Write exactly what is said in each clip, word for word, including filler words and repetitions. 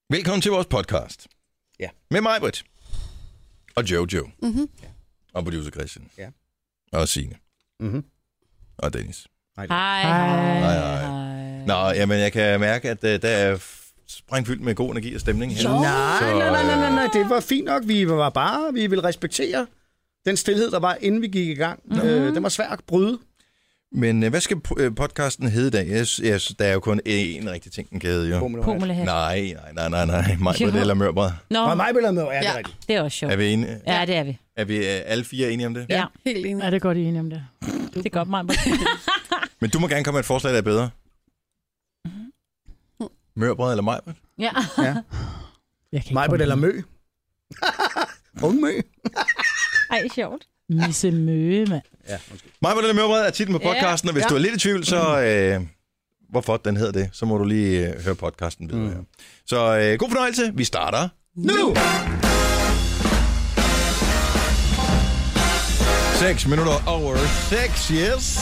Velkommen til vores podcast. Ja. Med mig, Britt. Og Jojo. Mm-hmm. Ja. Og producer Christian. Ja. Og Signe. Mhm. Og Dennis. Hej. Hej, hej. Nå, jamen jeg kan mærke, at uh, der er sprængfyldt med god energi og stemning her. Nej, Så, nej, nej, nej, nej, nej, det var fint nok. Vi var bare, vi ville respektere den stilhed, der var, inden vi gik i gang. Mm-hmm. Øh, den var svær at bryde. Men uh, hvad skal uh, podcasten hedde i dag? Jeg, jeg, der er jo kun én rigtig ting, den kan hedde, jo. Pomelehat. Nej, nej, nej, nej, nej. Majbrit eller Mørbrad. Nå, Og mig bliver med, ja, det er Ja. rigtigt. det er også sjovt. Er vi enige? Ja, det er vi. Er vi uh, alle fire enige om det? Ja, Helt enig. Ja, det er godt, I er enige om det. det er godt, mig. Men du må gerne komme med et forslag, der er bedre. Mørbrad eller Majbrit? Ja. Ja. Jeg kan ikke Mig eller Mø. Ung Mø. Ej, sjovt. Misse Møge, mand. Ja, måske. Majbrit eller Mørbrad er titlen på podcasten, og hvis Ja. du er lidt i tvivl, så øh, hvorfor den hedder det, så må du lige øh, høre podcasten videre. Mm. Så øh, god fornøjelse. Vi starter nu! seks minutter over seks, yes.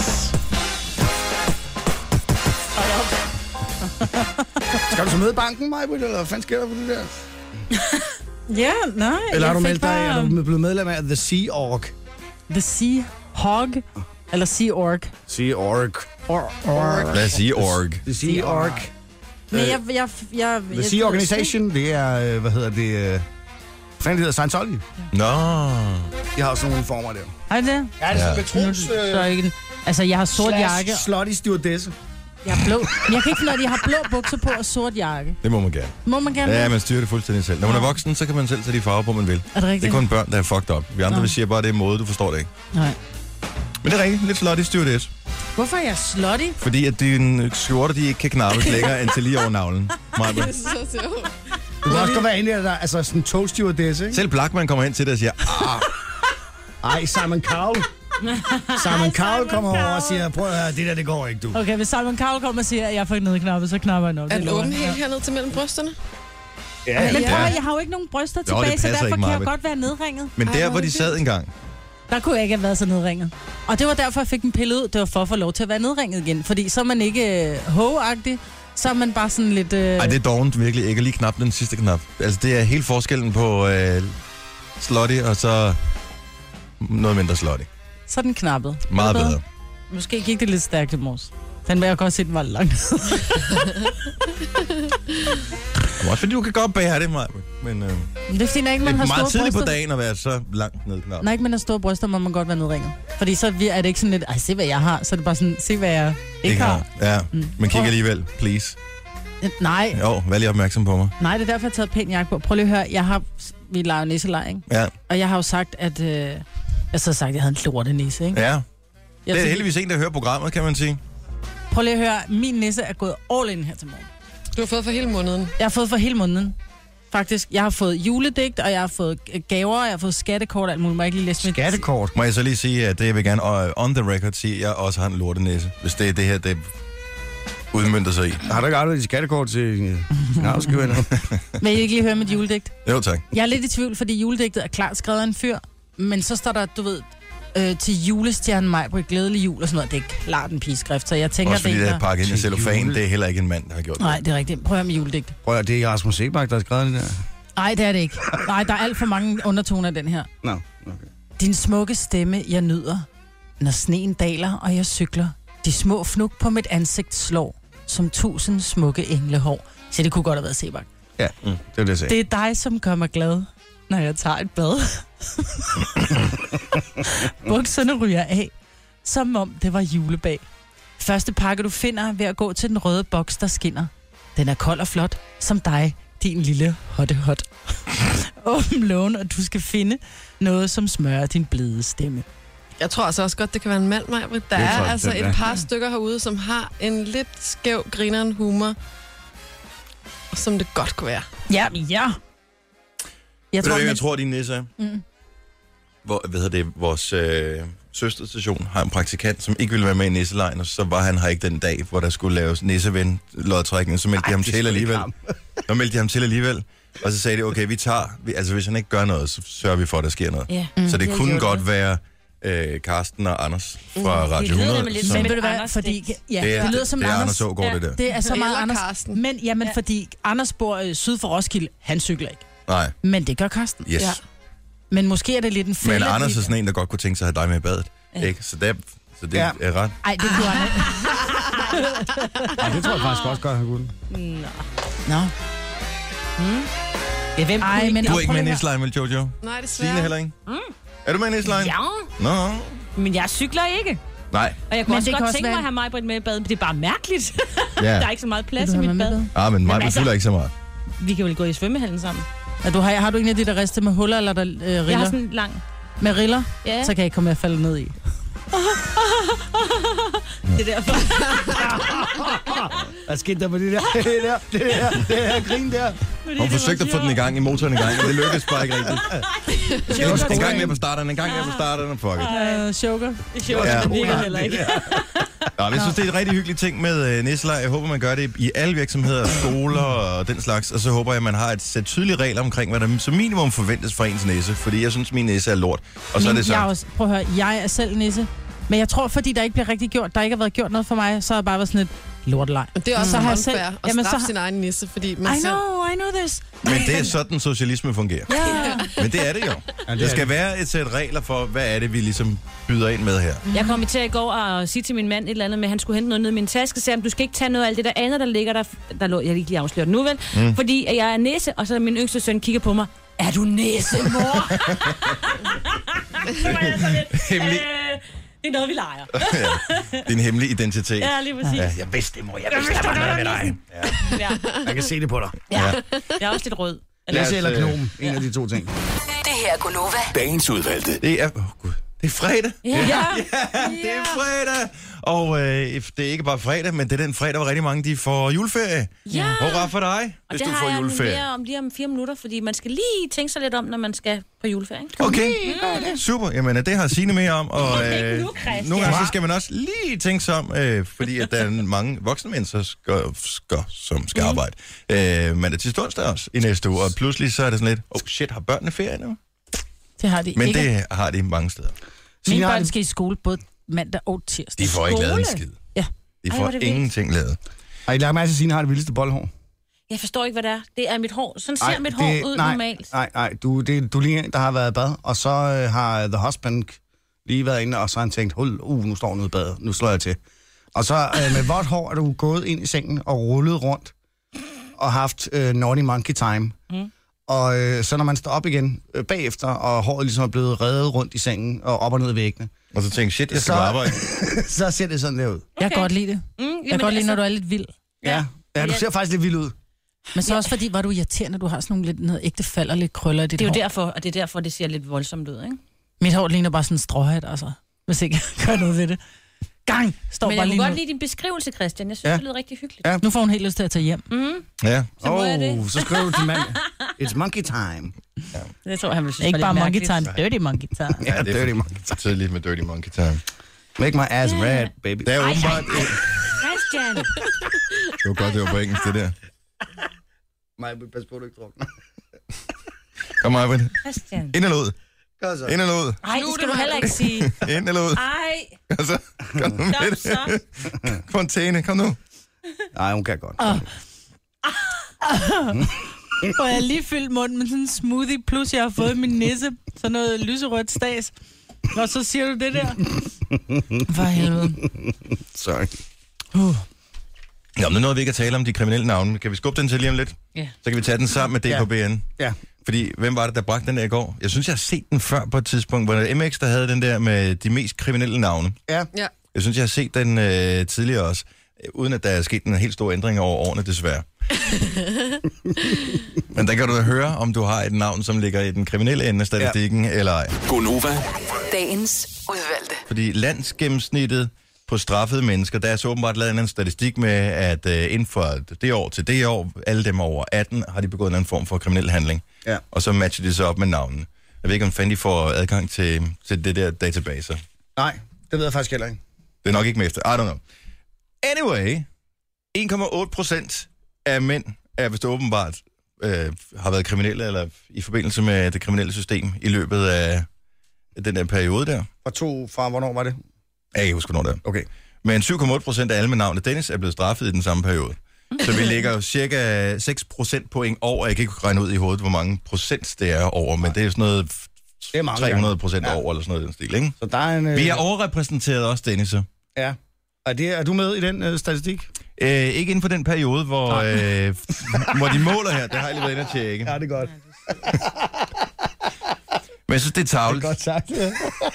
Skal du så møde banken, Majbrit, eller hvad fanden sker der for det der? Ja, nej. Eller har du jeg fik meldt dig, bare, er du blevet medlem af The Sea Org? The Sea Hog, eller Sea Org. Sea Org. Or, or. Lad os sige org. The Sea Org. Men jeg, jeg, jeg, The jeg, Sea Organization, det er, øh, hvad hedder det, øh, hvad fanden det hedder, Scientology. Nå. De har også nogle uniformer der. Ej, det? Ja, det er Ja. ja. Betros, Så er ikke, altså, jeg har sort jakke. slutty stewardesse. Jeg har blå. Men jeg kan ikke finde ud af, at jeg har blå bukser på og sort jakke. Det må man gerne. Må man gerne? Ja, man styrer det fuldstændig selv. Når man er voksen, så kan man selv tage de farver på, man vil. Er det rigtigt? Det er kun børn, der er fucked up. Vi andre Nå. vil sige bare, det er mode, du forstår det ikke. Nej. Men det er rigtigt. Lidt slutty stewardess. Hvorfor er jeg slutty? Fordi at dine skjorter, de ikke kan knappes længere end til lige over navlen. Majbrit. Det er så sjovt. Du kan også godt være inde i der, altså sådan en tog stewardesse, ikke? Selv Blackman kommer hen til dig og siger, Ej, Simon Cowell. Simon Cowell kommer over og siger, prøv at høre, det der, det går ikke, du. Okay, hvis Simon Cowell kommer og siger, at jeg får ikke nedknappet, så knapper jeg nok. Er Det den lover åben jeg. helt herned til mellem brysterne? Ja, Men Ja. prøv, at, jeg har jo ikke nogen bryster det tilbage, så passer derfor ikke, kan jeg Maj-Brit. godt være nedringet. men Ej, der, hvor hvor er de det sad engang, Der kunne jeg ikke have været så nedringet. Og det var derfor, jeg fik den pillet ud. Det var for at få lov til at være nedringet igen. Fordi så er man ikke øh, ho-agtig. Så er man bare sådan lidt... Øh... ej, det er dovent virkelig ikke at lige knappe den sidste knap. Altså, det er hele forskellen på øh, slutty og så noget mindre slutty. Så er den knappet. Meget Er det bedre. Måske gik det lidt stærkt i morges. Den vil jeg godt se, den var langt. Det er også fordi, du kan godt bære det, Majbrit. Men øh, Men det er fordi, når ikke det man er har meget store tidligt på bryster... dagen at være så langt ned knap. Når ikke man har store bryster, må man godt være nedringet. Fordi så er det ikke sådan lidt, ej, se hvad jeg har. Så er det bare sådan, se hvad jeg ikke, Ikke har. har. Ja, Mm. men kig Prøv- alligevel, please. Nej, Jo, vær lige opmærksom på mig. nej, det er derfor, jeg har taget pæn jakke på. Prøv lige at høre, jeg har... Vi leger jo nisselej, ikke? Ja, Og jeg har jo sagt, at... Øh... Jeg har så sagt, at jeg havde en lortenisse, ikke? ja. Jeg Det er tænker- heldigvis en, der hører programmet, kan man sige. Prøv lige at høre, min nisse er gået all in her til morgen. Du har fået for hele måneden. Jeg har fået for hele måneden. Faktisk. Jeg har fået juledigt, og jeg har fået gaver, og jeg har fået skattekort og alt muligt. Må jeg ikke lige læse mit... Skattekort. Må jeg så lige sige, at det jeg vil gerne uh, on the record sige, at jeg også har en lortenæse. Hvis det er det her, det udmønter sig i. Har du ikke aldrig dit skattekort til navnskrivende? Vil I ikke lige høre mit juledigt? Jo, tak. Jeg er lidt i tvivl, fordi juledigtet er klart skrevet af en fyr. Men så står der, du ved, øh, til julestjernen Majbrit, glædelig jul og sådan noget. Det er klart en pigeskrift, så jeg tænker, Også fordi det det er... er pakket ind i Til cellofan, jule. det er heller ikke en mand, der har gjort det. Nej, det er rigtigt. Prøv at høre med juledigt. Prøv at høre, det er Rasmus Sebak, der har skrevet det der. Nej, det er det ikke. Nej, der er alt for mange undertoner af den her. Nå, okay. Din smukke stemme, jeg nyder, når sneen daler, og jeg cykler. De små fnug på mit ansigt slår, som tusind smukke englehår. Så det kunne godt have været Sebak. Ja, mm. det var det, jeg sagde. Det er dig, som gør mig glad, når jeg tager et bad. Bukserne ryger af, som om det var julebag. Første pakke, du finder ved at gå til den røde boks, der skinner. Den er kold og flot, som dig, din lille hotte hot. Åben lågen, og du skal finde noget, som smører din blide stemme. Jeg tror altså også godt, det kan være en mand, Majbrit. Der Det er tror jeg altså bestemt, et ja. par stykker herude, som har en lidt skæv grineren humor, som det godt kunne være. Ja, ja. Jeg Jeg tror, tror, jeg mit... tror din nisse er. Mm. Hvor, hvad hedder det, vores øh, søsterstation har en praktikant, som ikke ville være med i nisselejen, og så var han her ikke den dag, hvor der skulle laves nisseven lodtrækning, så meldte de ham til alligevel. Så meldte de ham til alligevel, og så sagde de, okay, vi tager, vi, altså hvis han ikke gør noget, så sørger vi for, at der sker noget. Ja. Mm. Så det Jeg kunne gjorde godt det. være øh, Karsten og Anders fra Mm, Radio det lyder hundrede. nemlig lidt som- som Men et ved du hvad, Anders fordi... stik. Ja, Det er, det lyder som det er Anders Anders. Ågaard, det der. Det er så meget Eller Anders. Karsten. Men, jamen, Ja. fordi Anders bor øh, syd for Roskilde, han cykler ikke. Nej, Men det gør Karsten. yes. Ja. Men måske er det lidt en fælde. Men Anders vi- er sådan en, der godt kunne tænke sig at have dig med i badet. Ja. Ikke? Så det, så det Ja. er ret. Ej, det kunne han ikke. Ja, det tror jeg faktisk også godt, han kunne. Nå. Ja, hvem Ej, kunne men- Du er prøv ikke med i lige at- Nislejen, vel, Jojo? Nej, desværre. Signe heller ikke? Mm. Er du med i Nislejen? Ja, Nå, men jeg cykler ikke. nej. Og jeg kunne Men også det godt kan også tænke mig være- at have mig med i bad, men det er bare mærkeligt. Ja. Der er ikke så meget plads Vil i du have mit mig bad. med? Ah, men mig, Jamen, du altså- fylder ikke så meget. Vi kan vel gå i svømmehallen sammen. Ja, du har, har du en af de der riste med huller, eller der øh, riller? Jeg har sådan en lang... Med riller? Ja, Så kan jeg ikke komme med at falde ned i. det er derfor. Hvad skete der med det der? Det der, det der, det der grin der. Hun forsøgte at få den i gang, i motoren i gang, men det lykkedes bare ikke rigtigt. En gang mere på starteren, en gang mere på starteren, fuck it. Uh, choker. Sjovt, Ja. det virker heller ikke. Nå, men jeg synes, det er et rigtig hyggeligt ting med uh, nisselej. Jeg håber, man gør det i alle virksomheder, skoler og den slags. Og så håber jeg, at man har et sæt tydelige regler omkring, hvad der som minimum forventes fra ens næse. Fordi jeg synes, min næse er lort. Og så er Men det så... jeg, er også, prøv at høre, jeg er selv nisse. Men jeg tror, fordi der ikke bliver rigtig gjort, der ikke har været gjort noget for mig, så har jeg bare været sådan et lortelej. Det er også Så mm. har jeg unfair selv- at jamen, så straffe har- sin egen nisse, fordi man I selv... know, I know this. Men det er sådan, socialisme fungerer. Ja. Men det er det jo. det Der er skal det. være et sæt regler for, hvad er det, vi ligesom byder ind med her. Jeg kom til at gå og sige til min mand et eller andet med, at han skulle hente noget ned i min taske, og sagde, du skal ikke tage noget af alt det der andet, der ligger der. Der lå, jeg vil ikke lige afsløre det nu, vel? Mm. Fordi at jeg er næse, og så min yngste søn kigger på mig. Er du næse, mor? Så var jeg så lidt, Hemmelig. øh, det er noget, vi leger. ja. Din hemmelige identitet. Ja, lige præcis. Ja, jeg vidste det, mor. Jeg vidste, der var noget med dig. Ja. Ja. Jeg kan se det på dig. Ja. Jeg er også lidt rød. Lad os, Lasse eller øh, Gnomen. En af de to ting. Det her er Gunova. Dagens udvalgte. Det er... Oh, Gud. Det er fredag. Ja. Ja, det er fredag. Og øh, det er ikke bare fredag, men det er den fredag, hvor rigtig mange de får juleferie. Ja. Hurra for dig, Og hvis det du har får jeg juleferie. mere om lige om fire minutter, fordi man skal lige tænke sig lidt om, når man skal på juleferie. Ikke? Okay, super. Jamen, det har Signe med om. Og, Ikke øh, nu, Christian. nogle gange så skal man også lige tænke sig om, øh, fordi at der er mange voksne mennesker, skal, skal, som skal arbejde. Øh, men det er til onsdag også i næste uge, og pludselig så er det sådan lidt, oh shit, har børnene ferie nu? Det har de Men ikke. det har de mange steder. Mine Signe, har børn det- skal i skole både mandag og tirsdag. De får ikke lavet en Skole? skid. Ja. De Ej, får hvor er det vildt. ingenting lavet. Har I lagt mærke til, at Signe har det vildeste boldhår? Jeg forstår ikke, hvad det er. Det er mit hår. Sådan ser Ej, mit det- hår ud nej, normalt. Nej, nej, du, det, du ligner en, der har været i bad, og så øh, har The Husband lige været inde, og så har han tænkt, hold, uh, nu står han ude i badet, nu slår jeg til. Og så øh, med vådt hår er du gået ind i sengen og rullet rundt, og haft øh, Naughty Monkey Time. Mm. Og øh, så når man står op igen øh, bagefter, og håret ligesom er blevet reddet rundt i sengen, og op og ned i væggene, Og så tænker shit, jeg skal Så- på arbejde. så ser det sådan der ud. Jeg kan godt lide det. Mm, Jeg kan godt lide, når du er lidt vild. Ja, ja du ser faktisk lidt vild ud. Men så også fordi, var du irriterende, du har sådan nogle lidt noget ægte fald og lidt krøller i dit Det er jo hår. derfor, og det er derfor, det ser lidt voldsomt ud, ikke? Mit hår ligner bare sådan en stråhat, altså. Hvis ikke jeg gør noget ved det. Gang! Står Men bare jeg lige kunne nu. godt lide din beskrivelse, Christian. Jeg synes, Ja. det lyder rigtig hyggeligt. Ja. Nu får hun helt lyst til at tage hjem. Mm, Ja. så må jeg det. Oh, så skriver du til mand. It's monkey time. Det tror jeg, han vil synes Ikke var bare lidt monkey mærkeligt. time, dirty monkey time. Ja, det dirty er monkey for tidligt med Dirty Monkey Time. Make my ass red, baby. Det er jo åbenbart... Christian! Det var godt, det var på engelsk, det der. Mig, pas på, du ikke drukner. Kom, Marvind. Christian. Ind eller ud? Gør så. Ind eller ud? Ej, det skal du heller ikke sige. Ind eller ud? Ej, Og så, kom nu med kom det. så. Fontæne, kom nu. Nej, hun kan godt. Åh. Og jeg har lige fyldt munden med sådan en smoothie, plus jeg har fået min nisse, sådan noget lyserødt stas. Og så siger du det der. For helvede. Sorry. Uh. Nå, men nu nåede vi ikke at tale om de kriminelle navne. Kan vi skubbe den til lige om lidt? Ja. Så kan vi tage den sammen med D K B N. Ja. Fordi, hvem var det, der bragte den der i går? Jeg synes, jeg har set den før på et tidspunkt, hvor det var M X, der havde den der med de mest kriminelle navne. Ja. Ja. Jeg synes, jeg har set den øh, tidligere også, øh, uden at der er sket en helt stor ændring over årene, desværre. Men der kan du da høre, om du har et navn, som ligger i den kriminelle ende af statistikken, ja. eller ej. Gunova. Dagens udvalgte. Fordi landsgennemsnittet på straffede mennesker, der er så åbenbart lavet en statistik med, at øh, inden for det år til det år, alle dem over atten, har de begået en anden form for kriminel handling. Ja. Og så matcher de så op med navnene. Jeg ved ikke, om fanden de får adgang til, til det der databaser. Nej, det ved jeg faktisk heller ikke. Det er nok ikke med efter. I don't know. Anyway, en komma otte procent af mænd er vist åbenbart øh, har været kriminelle eller i forbindelse med det kriminelle system i løbet af den der periode der. Fra to, fra hvornår var det? Jeg kan ikke huske, hvornår det er. Okay. Men syv komma otte procent af alle med navnet Dennis er blevet straffet i den samme periode. Så vi ligger jo cirka seks procent point over. Jeg kan ikke regne ud i hovedet, hvor mange procent det er over, men det er sådan noget det er mange tre hundrede procent ja. over, eller sådan noget i den stil, ikke? Så der er en, øh... Vi er overrepræsenteret også, Dennis. Ja. Er, det, er du med i den øh, statistik? Øh, ikke inden for den periode, hvor, øh, hvor de måler her. Det har jeg lige været inde og tjekke. Ja, det er godt. Men jeg synes, det er tarveligt. Det er godt sagt, ja.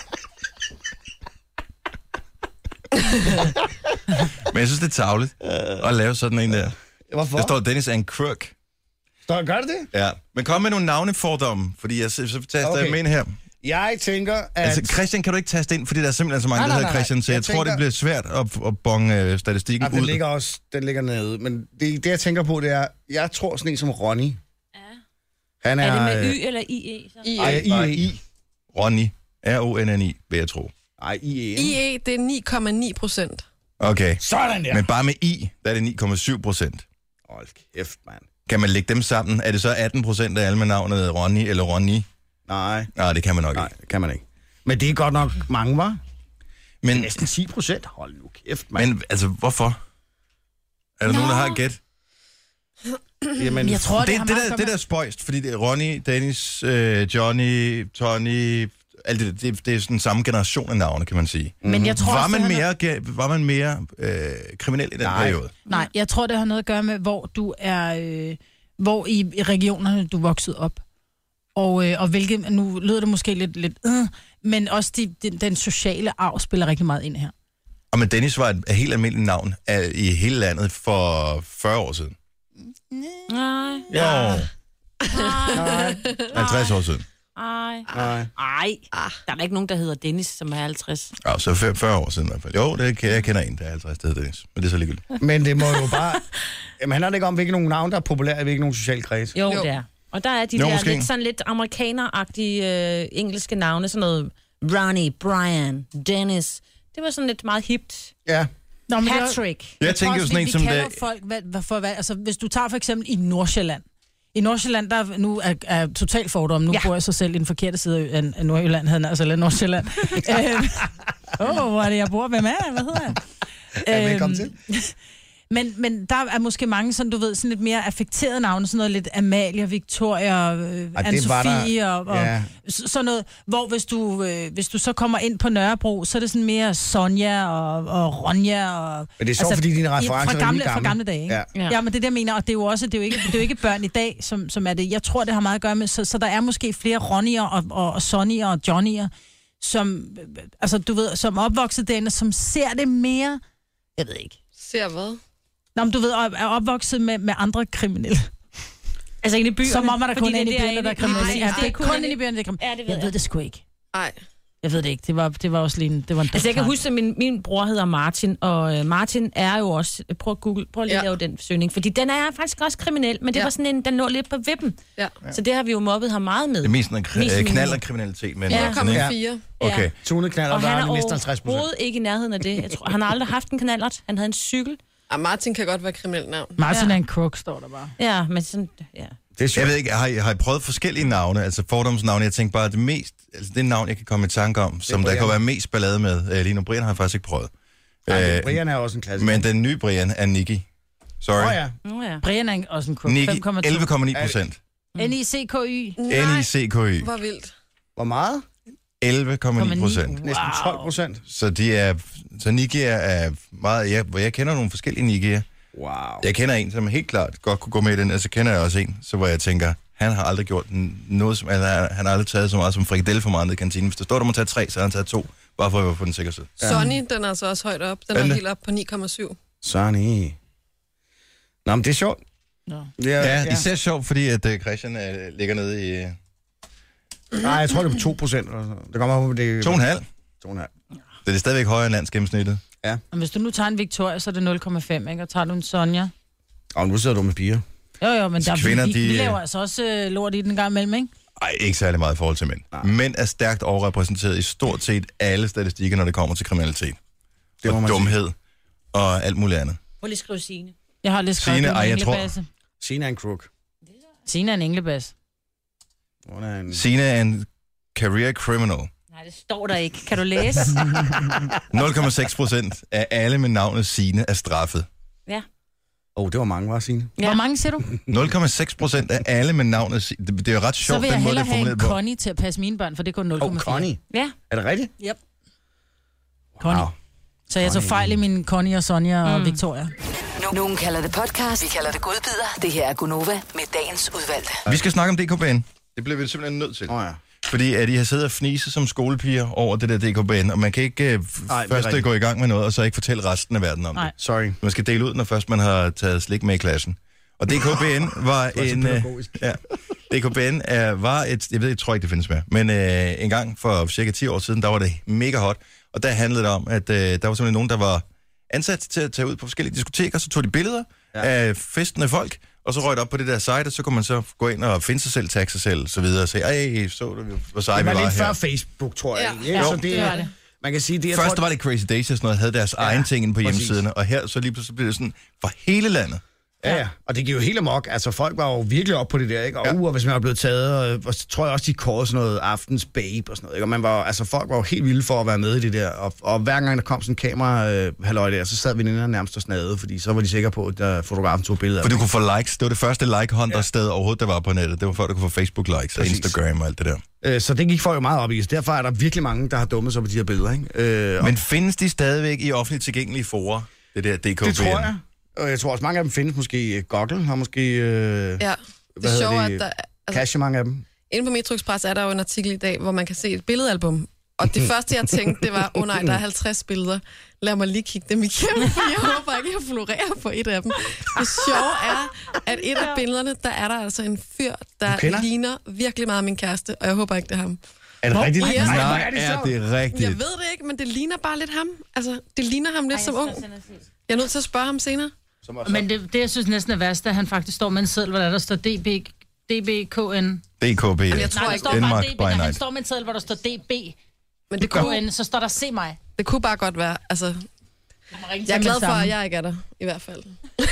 Men jeg synes, det er tarveligt at lave sådan en der. Hvorfor? Der står, Dennis er en crook. Står, gør det det? Ja. Men kom med nogle navnefordomme, fordi jeg så, så taster Okay. jeg med ind her. Jeg tænker, at... Altså, Christian kan du ikke taste ind, fordi der er simpelthen så mange, Nej, der nej, hedder nej. Christian, så jeg, Jeg jeg tror, tænker- det bliver svært at, at bonge øh, statistikken Ja, den ud. ligger også den ligger nede. Men det, det, jeg tænker på, det er... Jeg tror sådan en som Ronny. Ja. Han er... Er det med øh, Y eller I E? Så? I E. Ej, Nej, I E. Ronny. R O N N I, vil jeg tro. Ej, I E. I E, det er ni komma ni procent. Okay. Sådan der. Men bare med I, der er det ni komma syv procent. Hold kæft, mand. Kan man lægge dem sammen? Er det så atten procent af alle med navnet Ronny eller Ronny? Nej, Nej, det kan man nok nej, ikke. det kan man ikke. Men det er godt nok mange, var? Men, Næsten ti procent. Hold nu kæft, mand. men altså, hvorfor? Er der Nå. nogen, der har et gæt? Jamen, Jeg tror, det, Det, har det, meget der, at det gøre der er spøjst, fordi det er Ronny, Dennis, øh, Johnny, Tony, alt det, det, det er sådan samme generation af navne, kan man sige. med- Men jeg tror Var også, man det har mere, ge- var man mere øh, kriminel i den Nej. periode? Nej, jeg tror, det har noget at gøre med, hvor du er, øh, hvor i, i regionerne du er vokset op. Og, øh, og hvilket, nu lyder det måske lidt, lidt øh, men også de, den, den sociale arv spiller rigtig meget ind her. Og men Dennis var et helt almindeligt navn af, i hele landet for fyrre år siden. Nej, Ja. halvtreds år siden. nej, Nej. nej. Der er da ikke nogen, der hedder Dennis, som er halvtreds. Ja, så fyrre, fyrre år siden i hvert fald. Jo, det kan, jeg kender en, der er halvtreds, der hedder Dennis. Men det er så ligegyldigt. Men det må jo bare... Jamen, han har det ikke om, hvilke nogle navne, der er populære i hvilke nogle sociale kreds. Jo, Jo. det er. Og der er de Jo, der måske. lidt, sådan lidt amerikaneragtige øh, engelske navne, sådan noget Ronnie, Brian, Dennis. Det var sådan lidt meget hipt. Ja. Nå, men det er- Patrick. Jeg tror tænker jo også, sådan vi- en vi som kalder det... folk, hvad, hvad, for, hvad, altså, hvis du tager for eksempel i Nordsjælland. I Nordsjælland, der nu er, er totalt fordom. Nu Ja. ja. bor jeg så selv i den forkerte side af, af Nordjylland, hedder altså eller Nordsjælland. Åh, oh, hvor er det, jeg bor? Hvem er jeg? Hvad hedder jeg? Ja, velkommen Øhm, til. Men, men der er måske mange, sådan, du ved, sådan lidt mere affekterede navne, sådan noget lidt Amalia, Victoria, øh, det var Anne-Sophie der- og, og ja. s- sådan noget. Hvor hvis du, øh, hvis du så kommer ind på Nørrebro, så er det sådan mere Sonja og, og Ronja. Og, Men det er sjovt, fordi dine i- referencer fra er gamle, helt fra gamle. gamle dage, ikke? Ja. Ja. ja, men det er det, jeg mener, og det er jo også, det er jo ikke, det er jo ikke børn i dag, som, som er det. Jeg tror, det har meget at gøre med, så, så der er måske flere Ronnier og, og, og Sonnier og Johnnier, som, øh, altså du ved, som opvokset derinde, som ser det mere, jeg ved ikke. Ser hvad? Nå, men du ved, er opvokset med, med andre kriminelle. Altså inde i byerne. Som om, at der Fordi kun er det inde i der byerne, der er inde- kriminelle. Nej, Ja, det er kun inde inde i byerne, der er kriminelle. Ja, det ved Jeg jeg. ved det sgu ikke. Nej. Jeg ved det ikke. Det var, det var også lige en, det var en Altså, jeg kan dum huske, at min, min bror hedder Martin, og øh, Martin er jo også... Prøv at google, prøv lige at Ja. lave den søgning, fordi den er faktisk også kriminel, men det Ja. var sådan en, den lå lidt på vippen. Ja. Så det har vi jo mobbet ham meget med. Det er mest sådan Mest en min- knald og kriminalitet. Men Ja. ja. nul komma Ja. fire. Okay. Tunet knaller, Og der han er er det næsten halvtreds procent. overhovedet ikke i nærheden af det. Jeg tror, han har aldrig haft en knallert. Han havde en cykel. Ah, Martin kan godt være kriminelt navn. Martin Ja. er en crook, står der bare. Ja, men sådan... Ja. Det er sjovt. Jeg ved ikke, har I, har I prøvet forskellige navne, altså fordomsnavne? Jeg tænker bare, at det mest, altså det navn, jeg kan komme i tanke om, som der Brian. kan være mest ballade med. Øh, lige nu, Brian har jeg faktisk ikke prøvet. Nej, Øh, Brian er også en klassiker. men den nye Brian er Nicky. Sorry. Åh oh, ja. Nå ja. Brian er også en crook. Nicky, fem komma to. elleve komma ni procent. N I C K Y. Nej, N I C K Y, hvor vildt. Hvor meget? elleve komma ni procent. Næsten tolv procent. Så de er, så Nicky er meget, jeg, jeg kender nogle forskellige Nicky'er. Wow. Jeg kender en, som helt klart godt kunne gå med i den, og så kender jeg også en, så hvor jeg tænker, han har aldrig gjort noget, som, han, har, han har aldrig taget så meget som frikadelle for meget ned i kantinen. Hvis der står, der må tage tre, så har han taget to, bare for at være på den sikre side. Ja. Sonny, den er altså også højt op. Den Er er den helt op på ni komma syv. Sonny. Nå, men det er sjovt. Nå. Det er, Ja, især sjovt, fordi at uh, Christian uh, ligger nede i uh, Nej, jeg tror, det er på to procent. Det kommer op på det... to komma fem. to komma fem. Så det er stadigvæk højere end landsgennemsnittet. Og hvis du nu tager en Victoria, så er det nul komma fem, ikke? Og tager du en Sonja. Og nu sidder du med piger. Jo, jo, men der, Kvinder, vi, de- vi laver altså også øh, lort i den gang imellem, ikke? Ej, ikke særlig meget i forhold til mænd. Nej. Mænd er stærkt overrepræsenteret i stort set alle statistikker, når det kommer til kriminalitet. Det må Og man dumhed og alt muligt andet. Prøv lige at skrive Signe. Jeg har lige skrevet Signe, det med ej, jeg tror- englebasse. Sina er en crook. Signe er en englebas. Hun er en... Signe er en career criminal. Nej, det står der ikke. Kan du læse? nul komma seks procent af alle med navnet Signe er straffet. Ja. Åh, oh, det var mange, var Signe. Ja. Hvor mange siger du? nul komma seks procent af alle med navnet Signe. Det, det er jo ret sjovt, Så vil jeg den måde, hellere det er have en formuleret på. Connie til at passe mine børn, for det er kun nul komma fire. Åh, oh, Connie. Ja. Er det rigtigt? Yep. Connie. Wow. Så jeg tog fejl i mine Connie og Sonja og Mm. Victoria. Nogen kalder det podcast, vi kalder det godbider. Det her er Gunova med dagens udvalgte. Vi skal snakke om D K B N. Det bliver vi simpelthen nødt til. Åh oh, ja. Fordi at I har siddet og fnise som skolepiger over det der D K B N, og man kan ikke uh, Ej, det er først rigtigt. gå i gang med noget, og så ikke fortælle resten af verden om Nej. det. Sorry. Man skal dele ud, når først man har taget slik med i klassen. Og D K B N var så en... Uh, pædagogisk. ja, D K B N uh, var et... Jeg ved, jeg tror ikke, det findes mere. Men uh, en gang for cirka ti år siden, der var det mega hot. Og der handlede det om, at uh, der var simpelthen nogen, der var ansat til at tage ud på forskellige diskoteker, så tog de billeder ja. af festende folk, og så røg det op på det der site, og så kunne man så gå ind og finde sig selv, tagge sig selv, og så videre, og sige, ej, så du, hvor seje Det vi var var lidt her. før Facebook, tror jeg. Ja. Ja, Jo, så det, det var det. Man kan sige, det jeg Først tror, var det Crazy Days og sådan noget, havde deres ja, egen ting inde på præcis. hjemmesiderne, og her så lige pludselig blev det sådan for hele landet. Ja, ja, og det giver jo helt amok. Altså, folk var jo virkelig op på det der, ikke? Og Ja. ja. uh, hvis man var blevet taget, og, og så tror jeg også, de kårede sådan noget aftens babe og sådan noget, ikke? Og man var, altså, folk var jo helt vilde for at være med i det der. Og, og hver gang der kom sådan en kamera øh, halløj der, så sad veninderne nærmest og snadede, fordi så var de sikre på, at uh, fotografen tog billeder. For du kunne få likes. Det var det første like-hunter-sted overhovedet, der var på nettet. Det var før, du kunne få Facebook-likes og Præcis. Instagram og alt det der. Øh, så det gik folk jo meget op i. Så derfor er der virkelig mange, der har dummet sig på de her billeder, ikke? Øh, Men findes de stadigvæk i offentligt tilgængelige forer? Det der D K B N? det tror jeg. Og jeg tror også, mange af dem findes måske i Google, har måske... Øh, Ja, hvad det hedder sjove er, det? at der, altså, Cache mange af dem. inde på Metro Express er der jo en artikel i dag, hvor man kan se et billedalbum. Og det første, jeg tænkte, det var, åh oh, nej, der er halvtreds billeder. Lad mig lige kigge dem igennem, for jeg håber ikke, jeg florerer på et af dem. Det sjove er, at et af billederne, der er der altså en fyr, der ligner virkelig meget min kæreste, og jeg håber ikke, det er ham. Er det rigtigt? Ja. Nej, Nej, hvor er det er sjovt. det rigtigt? Jeg ved det ikke, men det ligner bare lidt ham. Altså, det ligner ham lidt Ej, som jeg ung. skal sende os. Jeg er nødt til at spørge ham senere. Men det, det, jeg synes næsten er værst, at han faktisk står med en seddel, hvor der, der står D B, D B K N. D K B N. jeg tror Nej, der ikke, står Denmark bare by D B, når han night. står med en seddel, hvor der står D B Men det K kunne, N, så står der se mig. det kunne bare godt være, altså... Jeg er glad for, at jeg ikke er der, i hvert fald.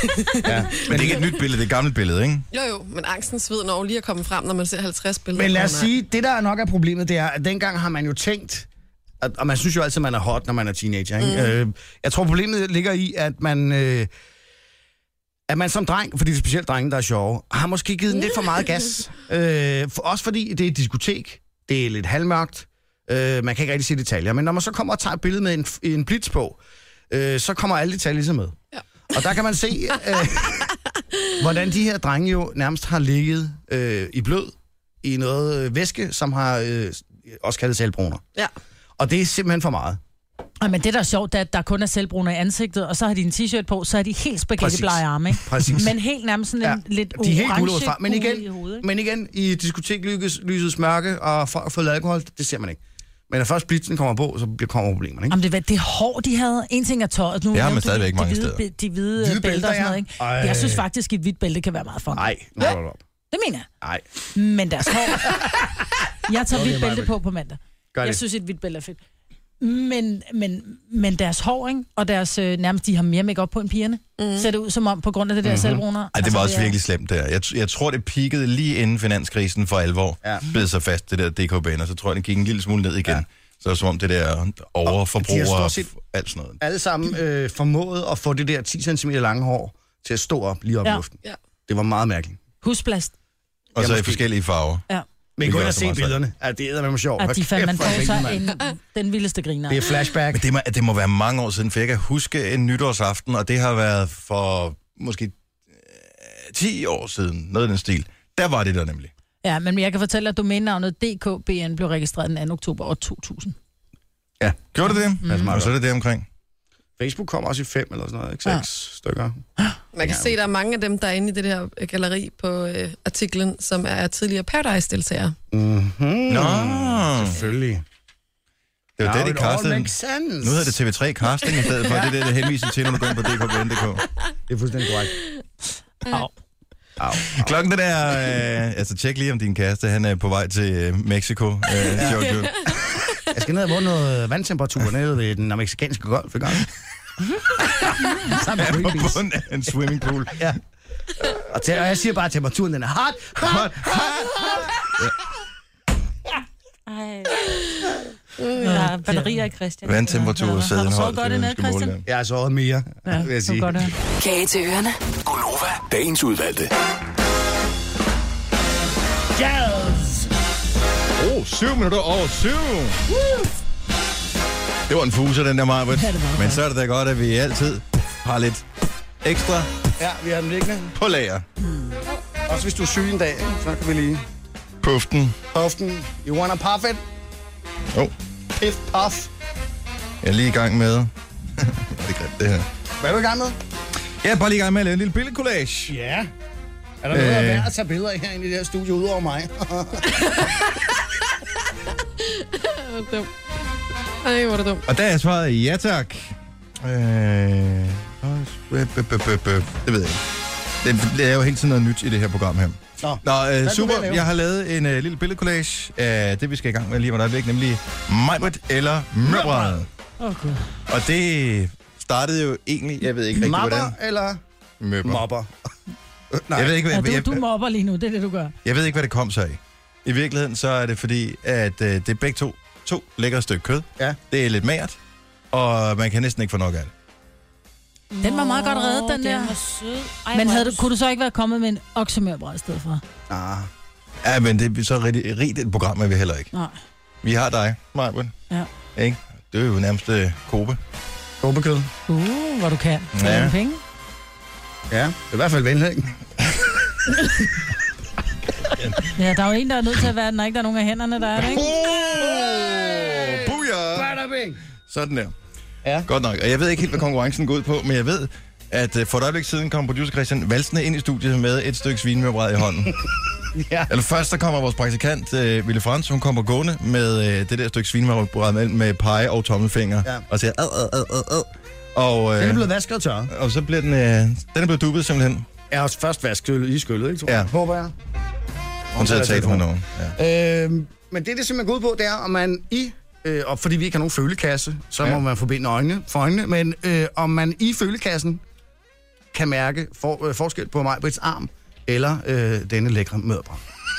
Ja. Men det er ikke et nyt billede, det er et gammelt billede, ikke? Jo jo, men angsten sved når lige at komme frem, når man ser halvtreds billeder. Men lad os Åh, nej. sige, det der nok er problemet, det er, at dengang har man jo tænkt, at, og man synes jo altid, at man er hot, når man er teenager. Ikke? Mm. Øh, jeg tror, problemet ligger i, at man... Øh, at man som dreng, fordi det er specielt drenge, der er sjove, har måske givet den lidt for meget gas. Øh, for, også fordi det er et diskotek, det er lidt halvmørkt, øh, man kan ikke rigtig se detaljer, men når man så kommer og tager et billede med en, en blitz på, øh, så kommer alle detaljer ligesom med. Ja. Og der kan man se, øh, hvordan de her drenge jo nærmest har ligget øh, i blød i noget øh, væske, som har øh, også kaldet selvbruner. Ja. Og det er simpelthen for meget. Ej, men det, der er sjovt, det er, at der kun er selvbruner i ansigtet, og så har de en t-shirt på, så er de helt spaghetti-blege arme, ikke? Præcis. Men helt nærmest sådan en Ja, lidt de er helt orange gulerod fra. Men gul igen, i hovedet, ikke? men igen, i diskoteklysets mørke, og folk har fået alkohol, det ser man ikke. Men når først blitzen kommer på, så bliver- kommer problemerne, ikke? Jamen, det, var- det hår, de havde. En ting er tøjet. Nu Det har man nævnte du stadigvæk de mange hvide, steder. be- De hvide, Hvide hvide bælter bælter, og sådan noget, ja. ikke? Ej. Jeg synes faktisk, at et hvidt bælte kan være meget fun. Nej, nu holder du op. Det mener jeg. Nej, Men deres hår... Jeg tager hvidt bælte på på mandag. gør Jeg det. synes, et hvidt bælte er fedt. Men, men, men deres hår, ikke? Og deres, øh, nærmest, de har mere make på end pigerne. Mm. Ser det ud som om, på grund af det der mm-hmm. selvbruner. Ej, det var også virkelig slemt der. Jeg, jeg tror, det peakede lige inden finanskrisen for alvor. Ja. Bed sig fast, det der D K B N, og så tror jeg, det gik en lille smule ned igen. Ja. Så er det som om det der overforbrug De har og stort set- alt sådan noget. Alle sammen øh, formåede at få det der ti centimeter lange hår til at stå op lige op Ja. i luften. Ja. Det var meget mærkeligt. Husplast. Og så Ja, i måske. forskellige farver. Ja. Men Det gå gør ind og så se meget billederne. Ja, det er med sjovt. At de fandt, man Hold kæft, får hvor sig griner, mand. en, den vildeste griner. Det er flashback. Men det må, det må være mange år siden, for jeg kan huske en nytårsaften, og det har været for måske øh, ti år siden, noget i den stil. Der var det der nemlig. Ja, men jeg kan fortælle, at domænenavnet D K B N blev registreret den anden oktober år to tusind. Ja. Gjorde det det? Mm. Og så er det det omkring. Facebook kommer også i fem eller sådan noget, ikke? Seks ja. stykker. Man kan se, at der er mange af dem, der er inde i det her øh, galleri på øh, artiklen, som er tidligere Paradise-deltagere. Mm-hmm. Nå, Selvfølgelig. det var det, det Now it all castede. makes sense. Nu hedder det T V tre Casting i stedet for. Det er det, det henviser til, når du går ind på D K B N punktum d k. Det er fuldstændig korrekt. Au. Au. Klokken den er... Øh, altså, tjek lige om din kæreste, han er på vej til øh, Mexico. Øh, Jojo. Jeg skal ned og måle noget vandtemperatur nede ved den amerikanske golf i gang. Sammen Han med er på Greenpeace. bunden af en swimmingpool. Ja. Og, til, og jeg siger bare, at temperaturen den er hot, hot, hot, hot. Ej. Der er batterier i Christian. Vandtemperatur, sæden Har du sovet hold. godt i nat, Christian? Jeg har sovet mere, Ja, vil jeg det sige. var godt høre. Kage til ørerne. Gonova, dagens udvalgte. Jazz! Åh, oh, syv minutter over syv. Det var en fuser, den der Marbet. Ja, det var det. Men så er det da godt, at vi altid har lidt ekstra Ja, vi har den liggende. på lager. Også hvis du er syg en dag, ikke? Så kan vi lige Puften. puften. You wanna puff it? Åh, oh, Piff, puff. jeg er lige i gang med... det er grimt, det her. Hvad er du i gang med? Jeg er bare lige i gang med at lave en lille billedcollage. Ja. Er der noget Øh. øh... værd at tage billeder af herinde i det her studie, udover mig? Hvor dum. Ej, hvor er det dumt. Og der er svaret ja tak. Øh... Det ved jeg ikke. Det er jo hele tiden noget nyt i det her program her. Nå, Nå, øh, er du ved super. at lave? Jeg har lavet en øh, lille billedcollage af det, vi skal i gang med lige om et øjeblik, nemlig Majbert eller Mørbrædet. Åh, oh, gud. Og det startede jo egentlig, jeg ved ikke rigtig, hvordan... Mapper eller Møber. mopper? Nej. Jeg ved, ikke, Ja, hvad, du, jeg, du mobber lige nu, det er det, du gør. jeg ved ikke, hvad det kom sig af. I virkeligheden så er det fordi, at øh, det er begge to, to lækre stykke kød. Ja. Det er lidt magert, og man kan næsten ikke få nok af det. Den var meget godt reddet, den der. Den var sød. Ej, Men hvor havde er du, kunne du så ikke være kommet med en oksemørbræd i stedet for? Ah. Ja, men det er så rigtig rigt et program, er vi heller ikke. Nej. Vi har dig, Majbert. Ja. Ikke? Det er jo nærmest øh, Kobe. Kåbekød. Uh, hvor du kan. Ja. Ja. Penge. Ja, det er i hvert fald venlig. Ja, der er jo en, der er nødt til at være, når ikke der er nogen af hænderne, der er det, ikke? Oh, booyah! Bada bing. Sådan der. Ja. Godt nok. Og jeg ved ikke helt, hvad konkurrencen går ud på, men jeg ved, at uh, for et øjeblik siden kom producer Christian valsende ind i studiet med et stykke svinemørbræd i hånden. Ja. Eller først, der kommer vores praktikant, uh, Ville Frans, hun kommer gående med uh, det der stykke svinemørbræd med, med pege og tommelfinger, Ja. og siger ad, ad, ad, ad, ad. Og, uh, Den er blevet vasket og tørret. og så bliver den, uh, den er blevet dubbet simpelthen. Jeg har også først vasket i skyllet, ikke? Tror Ja. jeg. Håber jeg. Hun tager talt med nogen. Ja. Øhm, men det, det simpelthen går ud på, det er, om man i, øh, og fordi vi ikke har nogen følekasse, så Ja. må man forbinde øjnene for øjnene, men øh, om man i følekassen kan mærke for, øh, forskel på Majbrits arm, eller øh, denne lækre mørbræd.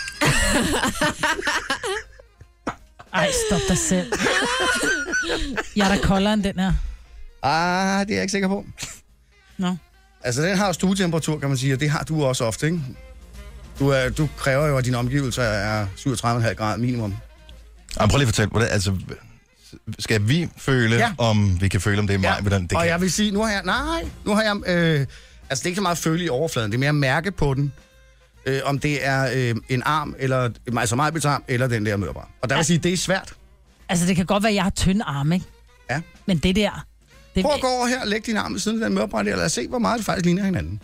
Ej, stop dig selv. Jeg er da koldere end den her. Ah, det er jeg ikke sikker på. Nå. Altså, den har jo stuetemperatur, kan man sige, og det har du også ofte, ikke? Du, er, du kræver jo, at dine omgivelser er syvogtredive komma fem grader minimum. Ej, prøv lige at fortælle, hvordan, altså, skal vi føle, Ja. om vi kan føle, om det er mig? Hvordan, det og kan. jeg vil sige, nu har jeg, nej, nu har jeg, øh, altså det er ikke så meget føle i overfladen, det er mere mærke på den, øh, om det er øh, en arm, eller, altså Majbrits arm, eller den der mørbræd. Og der vil jeg sige, det er svært. Altså, det kan godt være, at jeg har tynde arme, ikke? Ja. Men det der... Det, Prøv at gå over her og lægge din arm ved siden af den mørbræd der, og lad os se, hvor meget det faktisk ligner hinanden.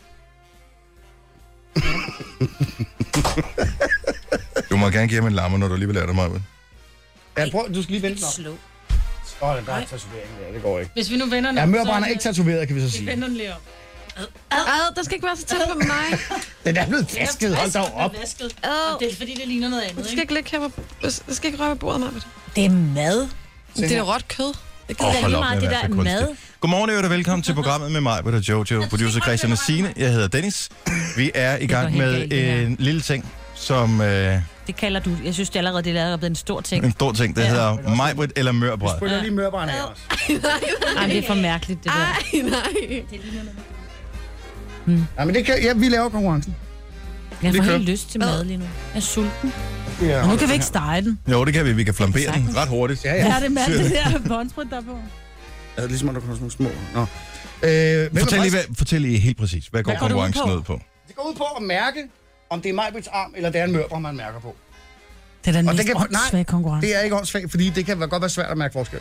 Du må gerne give ham en lammer, når du lige vil lære det, Maja. Ja, prøv, du skal lige vente den op. Slå. Åh, oh, der er tatovering der, det går ikke. Hvis vi nu vender den Ja, om, mørbræden er så- ikke tatoveret, kan vi så Vi sige. vender den lige om. Ad, der skal ikke være så tæt på mig. Den er blevet vasket, hold dog op. Vasket. Ad. Det er fordi, det ligner noget andet, Du skal ikke ligge her på... Du skal ikke røre ved bordet, Maja. Det er mad. Det er da råt kød. Det Åh, Det er hold lige op meget med det at være der så kunstig. mad. Godmorgen, og velkommen til programmet med mig, Britta, Jojo, producer Christian og Signe. Jeg hedder Dennis. Vi er i gang går helt med galt, det her. en lille ting, som øh, Det kalder du. Jeg synes, det er allerede det er blevet en stor ting. en stor ting, der Ja. hedder Majbrit eller Mørbræd. Spiller lige mørbræden af os. Ej, det er for mærkeligt, det der. Ej, nej. Ja, men det kan, ja, vi laver konkurrencen. Jeg får kører. helt lyst til mad lige nu. Jeg er sulten. Ja, Og nu kan vi ikke stege den. Jo, det kan vi. Vi kan flambere den ret hurtigt. Ja, Ja, ja. det er med alt det der båndsprit, der er på. Altså, ligesom at der kommer sådan nogle små. Nå. Øh, hvem er Fortæl lige, først? hvad, fortæl lige helt præcis. Hvad går Hvad går det ud konkurrencen på? ud på? Det går ud på at mærke, om det er Majbrits arm, eller det er en mørbræd, man mærker på. Det er den Og det mest kan- nej, åndssvage konkurrence. Det er ikke åndssvagt, fordi det kan være- godt være svært at mærke forskel.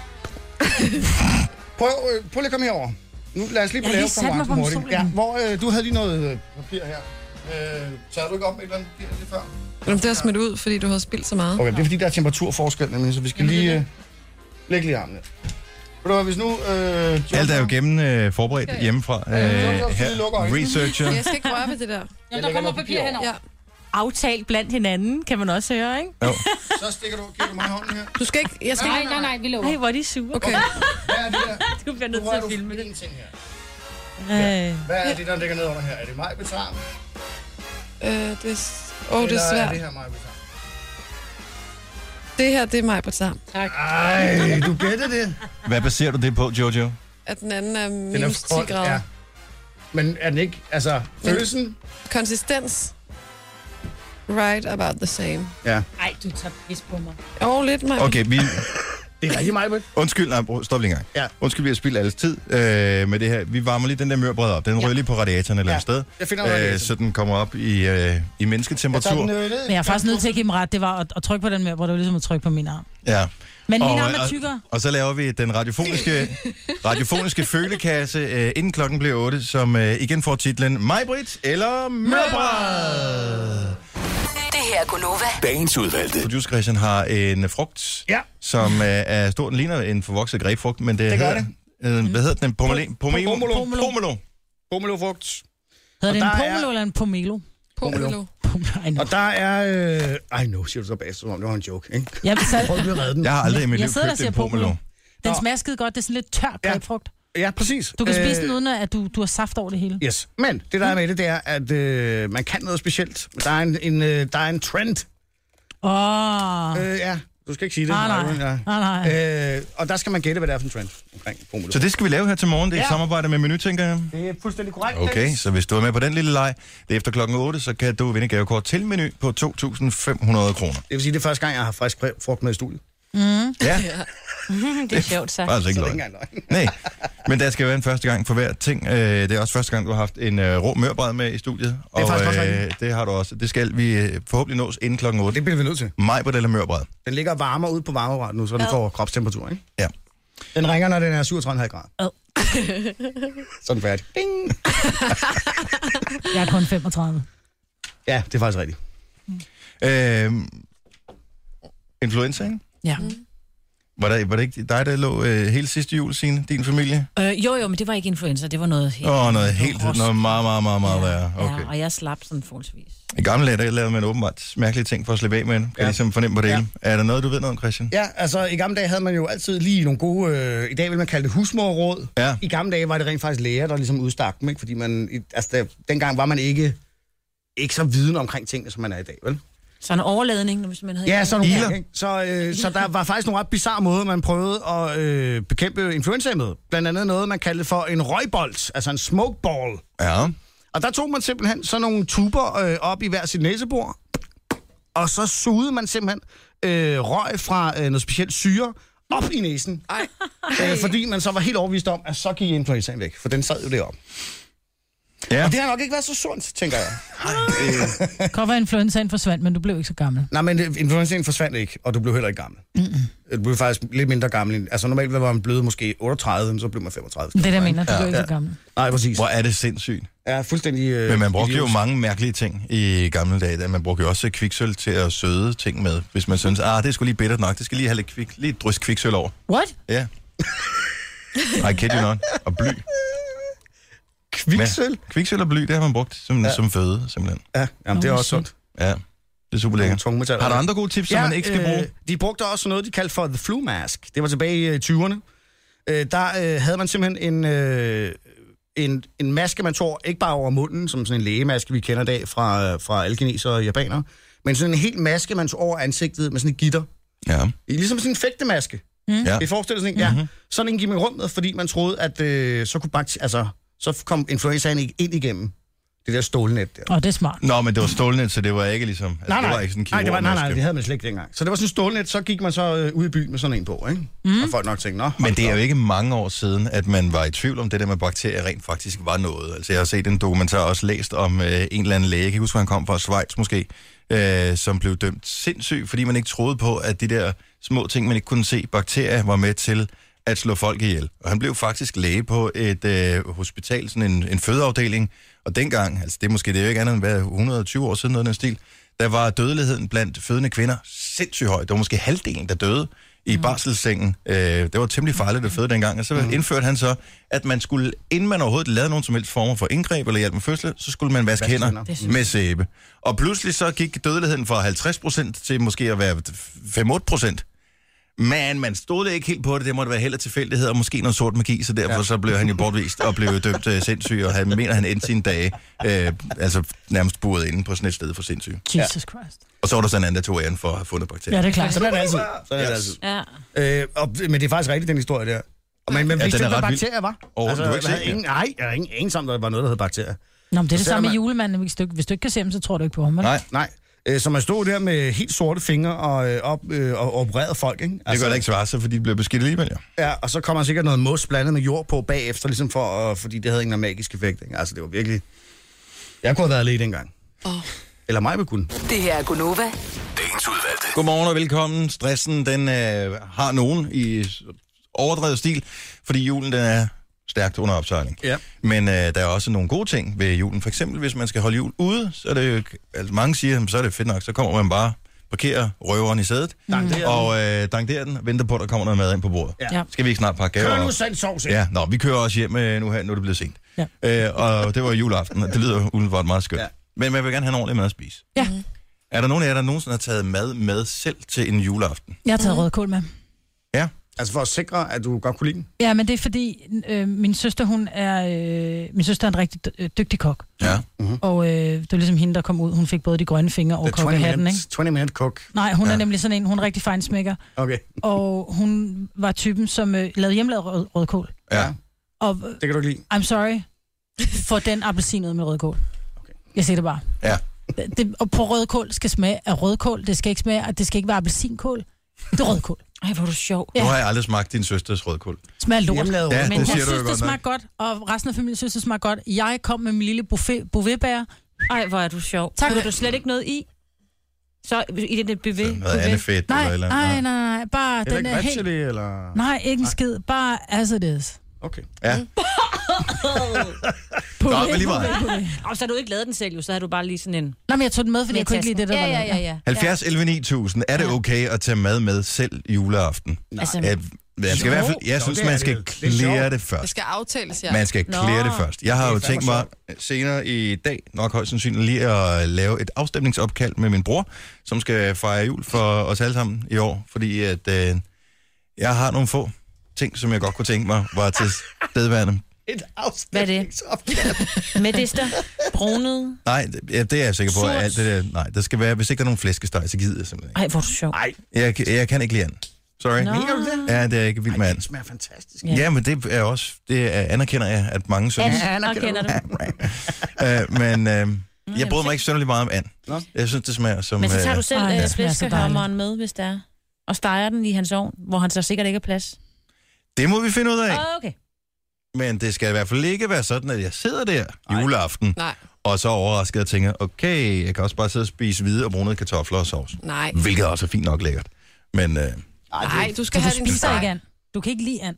prøv, øh, prøv lige at komme herover. Nu lad os lige Jeg har lave lige sat mig konkurrencen på hurtigt. stolen. Ja, hvor øh, du havde lige noget øh, papir her. Øh, tager du ikke op med et eller andet papir lige før? Men det er smidt ud, fordi du havde spildt så meget. Okay, det er fordi, der er temperaturforskel, nemlig, så vi skal lige... Øh, lægge lige armen ned. Ved du hvad, hvis nu... Øh, Alt er jo gennem øh, forberedt hjemmefra. Øh, her, lukker øjnene. researcher. Jeg skal ikke røre ved det der. Jamen, der kommer papir henover. Ja. Aftalt blandt hinanden, kan man også høre, ikke? Jo. Så stikker du, giver du mig hånden her. Du skal ikke... Jeg skal Nej, ikke... nej, nej, vi lover. Ej, hvor er de sure. Okay. Hvad er det der? Du bliver nødt Nu til rører at du filme det. en ting her. Øh. Hvad er det, der ligger ned under her? Er det Majbrits arm? Øh, det er... s- Åh, oh, det Eller er er svært. det her Majbrits arm? Det her, det er mig på sammen. Ej, du gætter det. Hvad baserer du det på, Jojo? At den anden er Den er minus ti kold, grader. ja. Men er den ikke, altså, følelsen? Konsistens. Right about the same. Ja. Ej, du tager pis på mig. Jo, lidt mig. Okay, vi... Det er rigtig meget, men. Undskyld, nej, bro, stop lige en gang. Ja. Undskyld, vi har spildt alles tid øh, med det her. Vi varmer lige den der mørbrød op. Den Ja. rører lige på radiatoren eller Ja, et sted. jeg finder noget øh, af det. så den kommer op i, øh, i mennesketemperatur. Jeg tager den, øh, ned. Men jeg er faktisk nødt til at give dem ret. Det var at, at trykke på den mere, hvor det var ligesom at trykke på min arm. Ja. Men min Og, arm er og, tykkere. og så laver vi den radiofoniske, radiofoniske følekasse, øh, inden klokken bliver otte, som øh, igen får titlen Majbrit eller Mørbrød. Det her er Gunova. Dagens udvalgte. Producer Christian har en frugt, Ja. som øh, er stor. Den ligner en forvokset grebfrugt, men det, Det gør hedder, øh, hvad hedder den? Pomelo? Pomelo? Pomelo. Pomelo. Pomelofrugt. Hedder det en der er- pomelo eller en pomelo? Pomelo. Pomelo. Og der er... Øh, I know, siger du så bag, som om det var en joke, ikke? Jeg, så, Prøv at redde den. Jeg har aldrig i mit Jeg liv sidder og købt siger en pomelo. pomelo. den Nå. smager skide godt. Det er sådan lidt tør Ja. grebfrugt. Ja, præcis. Du kan spise Øh, den uden, at du, du har saft over det hele. Yes, men det der er med det, det er, at øh, man kan noget specielt. Der er en, en, øh, der er en trend. Åh. Oh. Øh, ja, du skal ikke sige det. Nej, nej. Ja. Nej, nej. Øh, og der skal man gætte, hvad det er for en trend omkring pomelo. Så det skal vi lave her til morgen. Det er ja. Ja. et samarbejde med Menu, tænker jeg. Det er fuldstændig korrekt. Okay, Dennis. så hvis du er med på den lille leg, det er efter klokken otte, så kan du vinde gavekort til Menu på to tusind fem hundrede kroner. Det vil sige, det er første gang, jeg har frisk frugt med i studiet. Ja, Det er sjovt sagt. faktisk ikke Så det er løgn. ikke engang løgn. Nej, men der skal være en første gang for hver ting. Øh, Det er også første gang, du har haft en øh, rå mørbrad med i studiet. Det er faktisk også øh, rigtigt. det har du også. Det skal vi øh, forhåbentlig nås inden klokken otte. Det bliver vi nødt til. Majbert eller mørbrad? Den ligger varmere ude på varmeraten nu, så den får kropstemperatur, ikke? Ja. Den ringer, når den er syvogtredive komma fem grader. Ad. Så er den færdig. Ding! Jeg er kun femogtredive. Ja, det er faktisk rigtigt. Øh, influenza, ikke? Ja. Var det, var det ikke dig, der lå øh, hele sidste jul, Signe, din familie? Øh, jo, jo, men det var ikke influenza. Det var noget helt... Åh, oh, noget helt, ros. noget meget, meget, meget, meget værre. Ja, Okay. og jeg slap sådan forholdsvis. I gamle dage, der lavede man åbenbart mærkelige ting for at slippe af med den. Kan Ja. ja. ligesom fornemme på det Ja. hele. Er der noget, du ved noget om, Christian? Ja, altså i gamle dage havde man jo altid lige nogle gode... Øh, I dag vil man kalde det husmorråd. Ja. I gamle dage var det rent faktisk læger, der ligesom udstak dem, ikke? Fordi man... i- Altså, der, dengang var man ikke, ikke så viden omkring tingene, som man er i dag, vel? Så en overladning, hvis man havde... Ja, sådan nogle Iler. ting, ikke? Så, øh, så der var faktisk nogle ret bizarre måder, man prøvede at øh, bekæmpe influenza med. Blandt andet noget, man kaldte for en røgbold, altså en smokeball. Ja. Og der tog man simpelthen sådan nogle tuber øh, op i hver sit næsebor, og så sugede man simpelthen øh, røg fra øh, noget specielt syre op i næsen. Ej. Øh, fordi man så var helt overbevist om, at så gik influenzaen væk, for den sad jo deroppe. Ja. Og det har nok ikke været så sundt, tænker jeg. Det kan være, influenzaen forsvandt, men du blev ikke så gammel. Nej, men det- influenzaen forsvandt ikke, og du blev heller ikke gammel. Mm-mm. Du blev faktisk lidt mindre gammel. end- Altså normalt var man blevet måske otteogtredive, men så blev man femogtredive. Det er det, jeg mener. Du Ja. blev ikke Ja. så gammel. Nej, præcis. Hvor er det sindssygt. Ja, fuldstændig... Øh, Men man brugte jo idiotisk. mange mærkelige ting i gamle dage. Man brugte jo også kviksøl til at søde ting med. Hvis man synes, ah, det er sgu lige bittert nok. Det skal lige have lidt, kvik, lige et drys kviksøl over. What? Ja. I kid you not. Og bly. Kviksøl? Men kviksøl og bly, det har man brugt som, ja. som føde, simpelthen. Ja, jamen, det er Nå, også shit. sundt. Ja, det er super lækkert. Tungmetaller. Har du andre gode tips, som man ikke skal bruge? Øh, de brugte også noget, de kaldte for the flu mask. Det var tilbage i øh, tyverne. Øh, der øh, havde man simpelthen en, øh, en, en maske, man tog ikke bare over munden, som sådan en lægemaske, vi kender i dag fra, fra alle kinesere og japanere, men sådan en helt maske, man tog over ansigtet med sådan et gitter. Ja. Ligesom sådan en fægtemaske. Ja. Vi forestiller sådan en, ja. Mm-hmm. Sådan en gik man rundt med, fordi man troede, at øh, så, kunne bakter- altså, så kom influenzaen ikke ind igennem det der stålnet der. Åh, det er smart. Nå, men det var stålnet, så det var ikke ligesom... Altså, Nej, nej, det var ikke sådan en nej, det var, nej, nej, kirurgmaske. det havde man slet ikke dengang. Så det var sådan en stålnet, så gik man så øh, ud i byen med sådan en på, ikke? Mm. Og folk nok tænkte, nå... Men det er jo ikke mange år siden, at man var i tvivl om det der med bakterier rent faktisk var noget. Altså jeg har set en dokumentar og også læst om øh, en eller anden læge, jeg kan ikke huske, hvor han kom fra, Schweiz måske, øh, som blev dømt sindssyg, fordi man ikke troede på, at de der små ting, man ikke kunne se, bakterier, var med til at slå folk ihjel. Og han blev faktisk læge på et øh, hospital, sådan en, en fødeafdeling, og dengang, altså det er måske det er jo ikke andet end hvad, et hundrede og tyve år siden noget af den stil, der var dødeligheden blandt fødende kvinder sindssygt høj. Det var måske halvdelen, der døde i mm. barselssengen. Øh, det var temmelig farligt at føde dengang, og så mm. indførte han så, at man skulle, inden man overhovedet lavede nogen som helst former for indgreb eller hjælp med fødsel, så skulle man vaske hænder med sæbe. Og pludselig så gik dødeligheden fra halvtreds procent til måske at være fem til otte procent. Men man stod ikke helt på det. Det måtte være held og tilfældighed og måske noget sort magi, så derfor ja. så blev han jo bortvist og blev dømt uh, sindssyg, og han mener, han endte sine dage øh, altså nærmest buret inde på sådan et sted for sindssyg. Jesus ja. Christ. Og så var der sådan en anden, der tog æren for at have fundet bakterier. Ja, det er klart. Sådan er det altid. Sådan er det altid. Ja. Øh, og, men det er faktisk rigtigt, den historie der. Og man, man ja, vidste ikke, hvad vild. bakterier var. Oh, altså, du har ikke set ingen, nej, jeg er ingen eneste om, der var noget, der hed bakterier. Nå, men det er det samme man... med julemanden. Hvis du, hvis du ikke kan se ham, så tror du ikke på ham. Eller? Nej. Nej. Øh, så man stod der med helt sorte fingre og, øh, op, øh, og opererede folk, ikke? Altså, det gør det ikke svare sig, fordi de bliver beskidt alligevel, ja. Ja, og så kommer sikkert noget mos blandet med jord på bagefter, ligesom for, øh, fordi det havde ingen magisk effekt, ikke? Altså, det var virkelig... Jeg kunne have været lidt dengang. Oh. Eller mig vil kunne. Det her er Gunova. Dagens udvalgte. Godmorgen og velkommen. Stressen, den øh, har nogen i overdrevet stil, fordi julen, den er stærkt under opsejling. Ja. Men øh, der er også nogle gode ting ved julen. For eksempel, hvis man skal holde jul ude, så er det jo, altså mange siger, så er det fedt nok, så kommer man bare, parkerer røveren i sædet, mm. og øh, danderer den, venter på, at der kommer noget mad ind på bordet. Ja. Skal vi ikke snart pakke gaver? Kør nu sand sovs, ja, nå, vi kører også hjem øh, nu her, nu er det blevet sent. Ja. Øh, og det var juleaften, og det lyder umiddelbart meget skønt. Ja. Men man vil gerne have en ordentlig mad at spise. Ja. Er der nogen af jer, der nogensinde har taget mad med selv til en juleaften? Jeg har taget rødkål med. Ja. Altså for at sikre, at du godt kunne lide den? Ja, men det er fordi, øh, min søster, hun er, øh, min søster er en rigtig d- dygtig kok. Ja. Mm-hmm. Og øh, det var ligesom hende, der kom ud. Hun fik både de grønne fingre og kokkehatten, ikke? tyve minute cook. Nej, hun ja. er nemlig sådan en, hun er rigtig fejnsmækker. Okay. Og hun var typen, som øh, lavede hjemmelavet rød, rødkål. Ja. Og Det kan du ikke lide. I'm sorry for den appelsin ud med rødkål. Okay. Jeg siger det bare. Ja. Det, det, og på rødkål skal smage af rødkål. Det skal ikke smage, at det skal ikke være appelsinkål. Det er rødkål. Ej, hvor er du sjov. Ja. Nu har jeg aldrig smagt din søsters rødkål. Smager lort. Hjemmelavet Ja, rødkål. det Men siger jeg du jo synes, det godt smager godt, og resten af familien synes, det smager godt. Jeg kom med min lille buffet, bouvetbær. Ej, hvor er du sjov. Tak. Putter du slet ikke noget i? Så i det buffet? Noget andet fedt Nej, eller eller nej, andet. nej, nej, bare Eller den ikke er helt... retsgelé, eller... Nej, ikke en skid, bare as it is. Okay. Ja. Nå, men lige meget. Og så har du ikke lavet den selv, jo, så har du bare lige sådan en... Nå, men jeg tog den med, fordi jeg kunne ikke lide det, der ja, var ja, lavet. ja, ja. halvfjerds elleve ni tusind. Er det okay at tage mad med selv juleaften? Altså, Jeg, jeg skal i hvert fald, jeg Jo, synes, det er man skal det. Det er klære sjovt. det først. Det skal aftales, ja. Man skal klære det først. Jeg har jo Det er tænkt mig senere i dag, nok højst sandsynligt, lige at lave et afstemningsopkald med min bror, som skal fejre jul for os alle sammen i år, fordi at øh, jeg har nogle få ting, som jeg godt kunne tænke mig var til stedværende. Et Hvad er det? afstemningsopkald. medister, brunet. Nej, det, ja, det er jeg sikker på. Surt. Alt det der, nej, der skal være, hvis ikke der er nogen flæskesteg, så gider jeg simpelthen ikke. Ej, hvor er du sjov. Nej, Jeg, jeg kan ikke lide and. Sorry. Nå. mener du det? Ja, det er ikke vildt med Ej, and. det smager fantastisk. Ja, men det er også, det er, anerkender jeg, at mange synes. And, og kender du. Øh, men øh, jeg bryder mig ikke synderligt meget om and. Nå. Jeg synes, det smager som... Men så tager øh, du selv Ej, øh, det smager så flæskehammeren med, hvis der er. Og steger den i hans ovn, hvor han så sikkert ikke er plads. Det må vi finde ud af. Åh, okay. Men det skal i hvert fald ikke være sådan, at jeg sidder der Nej. juleaften, Nej, og så overrasket og tænker, okay, jeg kan også bare sidde og spise hvide og brunede kartofler og sovs. nej. Hvilket også er fint nok lækkert. Men øh, Nej, du skal Så have du din spiser steg. ikke and. Du kan ikke lide and.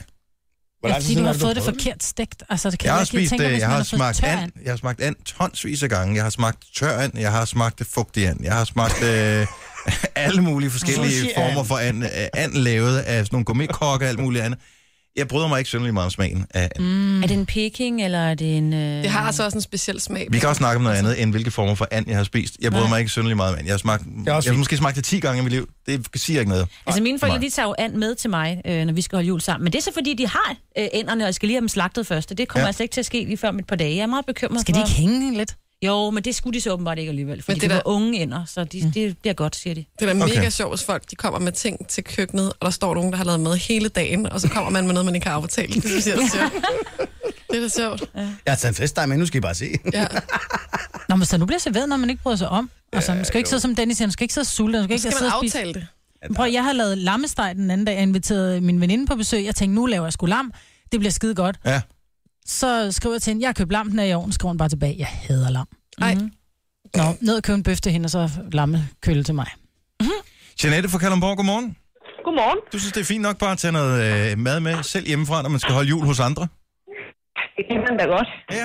Hvor Ja, lang tid fordi siden du er har fået det prøvet forkert stegt. Altså, det kan jeg har jeg ikke spist tænke, det, hvis jeg man har har fået smagt tør and, jeg har smagt and tonsvis af gange. Jeg har smagt tør and, jeg har smagt det fugtige and, jeg har smagt øh, alle mulige forskellige Sushi-and. former for and, øh, and lavet af sådan nogle gourmetkokke og alt muligt andet. Jeg bryder mig ikke synderligt meget om smagen af and. Mm. Er det en peking, eller er det en... Øh... Det har altså også en speciel smag. Vi kan også snakke om noget andet, end hvilke former for and, jeg har spist. Jeg bryder Nej. mig ikke synderligt meget om and. Jeg har, smagt, er også jeg har fint. måske smagt det ti gange i mit liv. Det siger ikke noget. Altså mine forældre, Nej. de tager jo and med til mig, øh, når vi skal holde jul sammen. Men det er så fordi, de har øh, ænderne, og jeg skal lige have dem slagtet først. Og det kommer Ja. ja. altså ikke til at ske lige før om et par dage. Jeg er meget bekymret Skal de for... ikke hænge lidt? Jo, men det skulle de så åbenbart ikke alligevel. Fordi Men det det var der- unge ænder, så de, mm. det bliver godt, siger de. Det er da Okay. mega sjovt, hvis folk de kommer med ting til køkkenet, og der står nogen, der har lavet mad hele dagen, og så kommer man med noget, man ikke har aftalt. Det synes jeg er sjovt. Det er da sjovt. Jeg har taget en flæskesteg med, nu skal I bare se. Ja. Nå, men så nu bliver serveret, når man ikke bryder sig om. Altså, man skal ikke sidde som Dennis siger, man skal ikke sidde og sulte, man skal ikke Skal sidde man og spise. aftale det? Prøv, jeg har lavet lammesteg den anden dag, jeg inviterede min veninde på besøg. Jeg tænkte, nu laver jeg sgu lam. Det bliver skide godt. Ja. Så skriver jeg til hende, jeg har købt lam, den er i ovnen, skriver hun bare tilbage, jeg hader lam. Nej. Mm-hmm. Nå, ned og købe en bøf til hende, og så lammekølle til mig. Jeanette fra Kalundborg, godmorgen. Godmorgen. Du synes, det er fint nok bare at tage noget øh, mad med selv hjemmefra, når man skal holde jul hos andre? Det kan man da godt. Ja.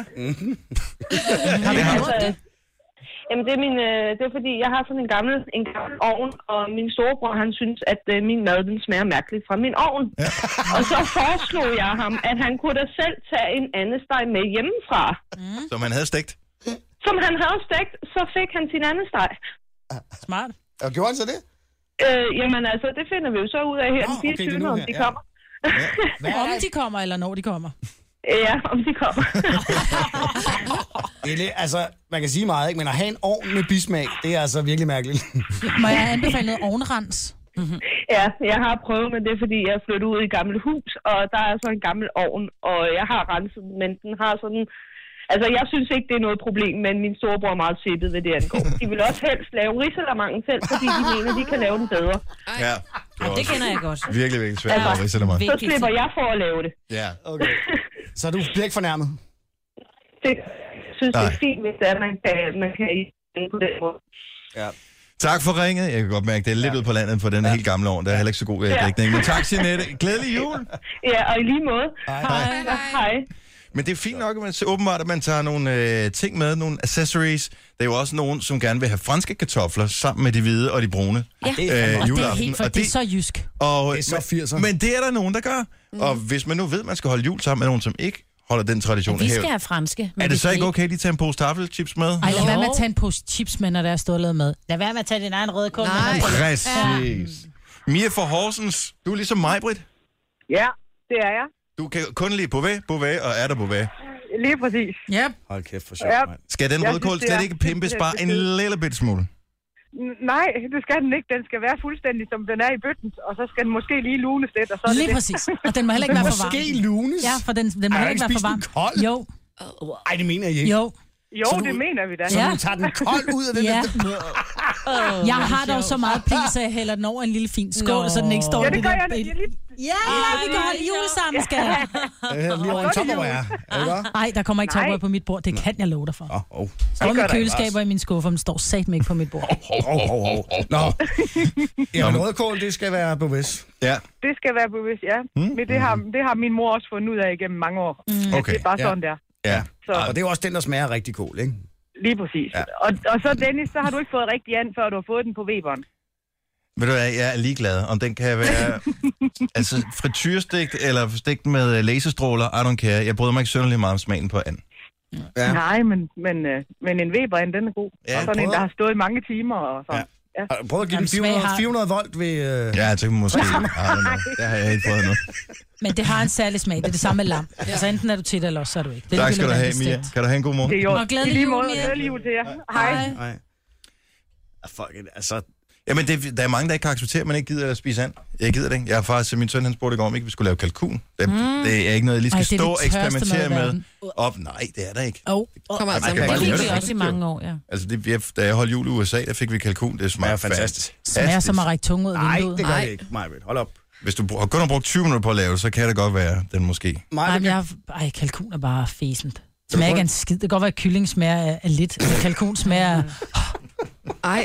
Har du Det har gjort det? Jamen, det er, min, øh, det er fordi, jeg har sådan en gammel, en gammel ovn, og min storebror, han synes, at øh, min mad, den smager mærkeligt fra min ovn. Ja. Og så foreslog jeg ham, at han kunne da selv tage en andesteg med hjemmefra. Mm. Som man havde stegt. Som han havde stegt, så fik han sin andesteg. Smart. Og gjorde han så det? Øh, jamen altså, det finder vi jo så ud af her den fireogtyvende okay, om her, de ja. kommer. Hvad Om de kommer, eller når de kommer. Ja, om de kommer. Det er lidt, altså, man kan sige meget, ikke? Men at have en ovn med bismag, det er altså virkelig mærkeligt. Må jeg anbefale noget ovnrens? Mm-hmm. Ja, jeg har prøvet, men det er fordi, jeg er flyttet ud i et gammelt hus, og der er så en gammel ovn, og jeg har renset, men den har sådan... Altså, jeg synes ikke, det er noget problem, men min storebror er meget sippet ved det angår. De vil også helst lave risalamangen selv, fordi de mener, de kan lave den bedre. Ja, Ja, det kender jeg godt. virkelig, virkelig svært Ja. at risalemang. Så slipper jeg for at lave det. Ja. Okay. Så du bliver ikke fornærmet? Det synes jeg Nej. er fint, hvis det er, man kan, man kan i på den måde. Ja. Tak for ringet. Jeg kan godt mærke, det er lidt ja. ude på landet for den ja. helt gamle ovn. Der er heller ikke så god ja. dækning. Men tak, Jeanette. Glædelig jul. Ja, og i lige måde. Hej. Hej. Hej. Men det er fint nok, at man så åbenbart, at man tager nogle øh, ting med, nogle accessories. Der er jo også nogen, som gerne vil have franske kartofler sammen med de hvide og de brune. Ja, Øh, og det er juleaften. helt for, Og det er så jysk. Og, Det er så firser. Men det er der nogen, der gør. Mm. Og hvis man nu ved, at man skal holde jul sammen med nogen, som ikke holder den tradition Vi her, skal have franske. men er vi det så skal ikke okay, at de tager en pose taffelchips med? Ej, lad Jo. være med at tage en pose chips med, når der er stået og lavet mad. Lad være med at tage din egen røde kål. Nej. Præcis. Mia fra Horsens, du er ligesom mig, Britt. Ja, det er jeg. Du kan kun lide Beauvais, Beauvais og er der Beauvais. Lige præcis. Ja. Hold kæft for sjovt, Ja. mand. Skal den Jeg røde synes, kål det slet er ikke pimpes bare en simpelthen lille bitte smule? N- Nej, det skal den ikke. Den skal være fuldstændig, som den er i bøtten, og så skal den måske lige lunes lidt, og så er det Lige det. præcis. Og den må heller ikke være for varm. Måske lunes? Ja, for den, den må Ej, heller ikke være spist for varm. den kold? Jo, Ej, det mener jeg ikke. jo. Jo, Så du- det mener vi da. Så Ja. du tager den kold ud af den Ja. der... Jeg har dog så meget pris, at jeg hælder den over en lille fin skål, Nå. så den ikke står Ja, i det gør der jeg. bæl- jeg lige... Ja, vi kan holde jul sammen, skal jeg. Øh, lige over en topperware. Ikke? Nej, der kommer ikke Nej. topper på mit bord. Det kan jeg love dig for. Åh, åh. Står gør med der køleskaber i min skuffe, men står satme ikke på mit bord. Åh, åh, åh. Nå. Jamen, rødkål, det skal være bevidst. Ja, Det skal være bevidst, ja. Hmm? Men det har, det har min mor også fundet ud af igennem mange år. Mm. okay. Det er bare Ja. sådan der. Ja. Så Og det er jo også den, der smager rigtig kål, ikke? lige præcis. Ja. Ja. Og, og så Dennis, så har du ikke fået rigtig an, før du har fået den på Weberen. Ved du hvad, jeg er ligeglad, om den kan være altså frityrestegt eller stegt med øh, laserstråler, I don't care. Jeg bryder mig ikke synderligt meget om smagen på and. Ja. Ja. Nej, men, men, øh, men en Weber, den er god. Ja, Ja, og sådan en, prøv- der har stået i mange timer og sådan. Ja. Har du prøvet at give den Jamen, smag fire hundrede, har- fire hundrede volt ved... Øh... Ja, jeg tænker måske, I don't know. Det har jeg ikke prøvet nu. Men det har en særlig smag. Det er det samme med lam. Altså enten er du til det, eller også er du ikke. Det er Tak skal du ligegyldigt, have, hvordan det er Mia. stegt. Kan du have en god morgen? Det er jo Og glædelig i lige jul, måde, Mia. glædelig jul til jer. Hej. Hej. Nej. Ah, fuck it. Altså, Jamen, det, der er mange, der ikke kan acceptere, at man ikke gider at spise and. Jeg gider det ikke. Jeg har faktisk, min søn han spurgte i går, om ikke vi skulle lave kalkun. Det, mm. det er ikke noget, jeg lige Ej, skal det er stå og det tørste eksperimentere mad i med. verden. Op, nej, det er der ikke. Oh, Kommer altså Ej, man kan med. bare Det lave fik vi det også i mange år, ja. Altså, det, jeg, da jeg holdt jul i U S A, der fik vi kalkun. Det smager Ja, fantastisk. smager som at række tunge ud af nej, vinduet. det gør Nej. det ikke. Majbrit, hold op. Hvis du br- kun har brugt tyve minutter på at lave, så kan det godt være, den måske. Nej, Majbrit, men jeg, ej, kalkun er bare fæsent. Det smager ikke af en skid. Det kan godt være, at kylling smager af, af lidt. Altså, kalkun smager af... Ej.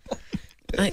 Nej.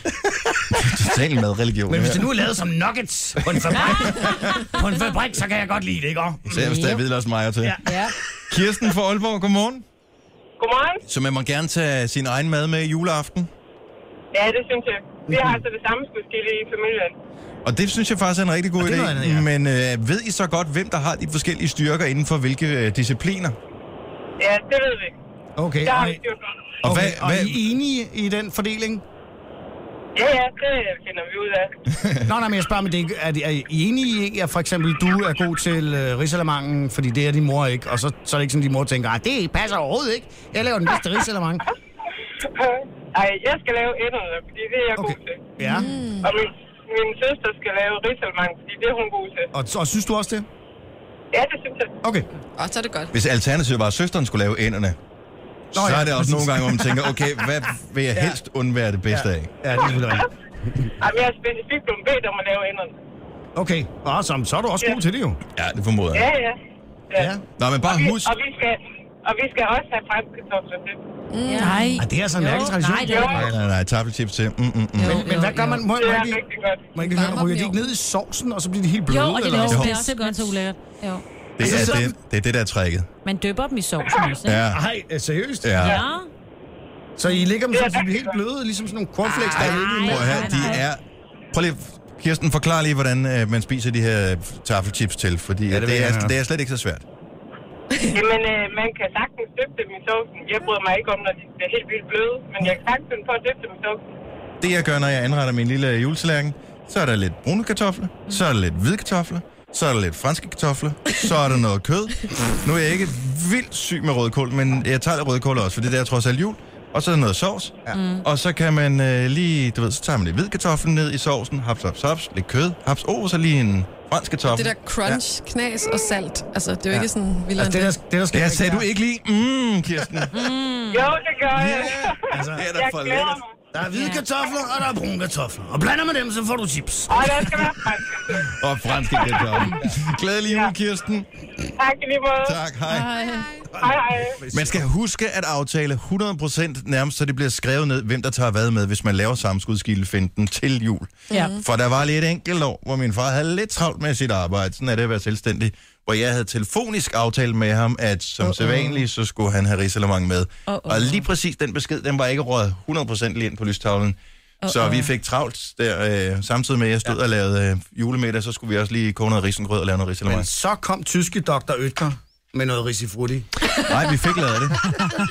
Total madreligion. Men hvis det nu er lavet som nuggets på en fabrik, på en fabrik, så kan jeg godt lide det, ikke? Så hvis der er hvidløgsmejer til. Ja. Ja. Kirsten fra Aalborg, godmorgen. Godmorgen. Så man må gerne tage sin egen mad med i juleaften. Ja, det synes jeg. Vi har altså det samme forskellige i familien. Og det synes jeg faktisk er en rigtig god Og det er idé. noget andet, ja. Men øh, ved I så godt, hvem der har de forskellige styrker inden for hvilke øh, discipliner? Ja, det ved vi. Okay, Der har og, vi styr på. Og okay, hvad, og hvad, I er enige i den fordeling? Ja, ja, det finder vi ud af. Nå, nej, men jeg spørger, men det er, ikke- er, I- er I enige i, at for eksempel du er god til øh, risalamangen, fordi det er din mor ikke, og så, så er det ikke sådan, din mor tænker, at det passer overhovedet ikke. Jeg laver den bedste risalamang. Ej, jeg skal lave ænderne, fordi det er jeg Okay. god til. Ja, Og min, min søster skal lave risalemang, fordi det er hun god til. og, og synes du også det? Ja, det synes jeg. Okay. Og så er det godt. hvis alternativet var, at søsteren skulle lave ænderne, Nå, så ja, er det også præcis. nogle gange, hvor man tænker, okay, hvad vil jeg helst undvære det bedste af? Ja, det er selvfølgelig rigtigt. Ej, men jeg er specifikt blevet bedt om at lave ænderne. Okay, og så, så er du også god til det jo. Ja, det formoder Ja, jeg. ja. Ja. Nå, men bare Og vi, husk, og vi skal, og vi skal også have franske kartofler til. Nej. Ej, det er altså en mærkelig tradition. Nej, det er nej, nej, nej, taffelchips til. Mm, mm, mm. Men, men hvad gør man? Må, Det må, er jeg lige, rigtig godt. må jeg ikke lige høre, ryger de ikke ned i sovsen, og så bliver de helt bløde? Jo, og det eller? er, Jo, også, det er også simpelthen så ulækkert. Jo. Det Altså, er så- det, det er det, der er tricket. Man døber dem i sovsen også, ikke? Ja, Ej, øh, seriøst? ja. Ja. Så I ligger dem Det er sådan, så de bliver rigtig helt godt. bløde, ligesom sådan nogle cornflakes, der er lidt i Prøv at høre, de er... Prøv lige, Kirsten, forklar lige, hvordan øh, man spiser de her taffelchips til, fordi Ja, ja, det det, vil det, jeg er, høre. det er slet ikke så svært. Jamen, øh, man kan sagtens dyppe dem i sovsen. Jeg bryder mig ikke om, når de bliver helt vildt bløde, men jeg kan sagtens finde på at dyppe dem i sovsen. det jeg gør, når jeg anretter min lille juletallerken, så er der lidt brune kartofler, så er der lidt hvide kartofler, så er der lidt franske kartofler, så er der noget kød. Nu er jeg ikke vildt syg med rødkål, men jeg tager lidt rødkål også, for det der er trods alt jul. Og så er der noget sovs. Ja. Mm. Og så kan man øh, lige, du ved, så tager man lidt hvid kartoflen ned i sovsen, haps, haps, haps, lidt kød, haps, oh, så lige en fransk kartoffel. Det der crunch, ja. Knas og salt, altså det er jo ja. Ikke sådan vildt. Altså, det, der, det der skal jeg sagde du ikke lige, mm, Kirsten. Mm. Jo, det gør jeg. Yeah. Altså, det er der for lækkert. Der er hvide kartofler, og der er brune kartofler. Og blander med dem, så får du chips. Og der skal være franske. Og franske kartofler. Glædelig jul, Kirsten. Tak i lige måde. Tak, hej. Hej. Hej, hej. Man skal huske at aftale hundrede procent nærmest, så det bliver skrevet ned, hvem der tager hvad med, hvis man laver sammenskudskildefinten til jul. Ja. For der var lige et enkelt år, hvor min far havde lidt travlt med sit arbejde. Sådan er det at være selvstændig. Hvor jeg havde telefonisk aftalt med ham, at som uh-oh. sædvanligt, så skulle han have risalemang med. Uh-oh. Og lige præcis den besked, den var ikke røget hundrede procent lige ind på lystavlen. Uh-oh. Så vi fik travlt der, øh, samtidig med, at jeg stod ja. og lavede øh, julemiddag, så skulle vi også lige koge noget risengrød og lave noget risalemang. Men så kom tyske doktor Oetker med noget risifrutti. Nej, vi fik lavet det.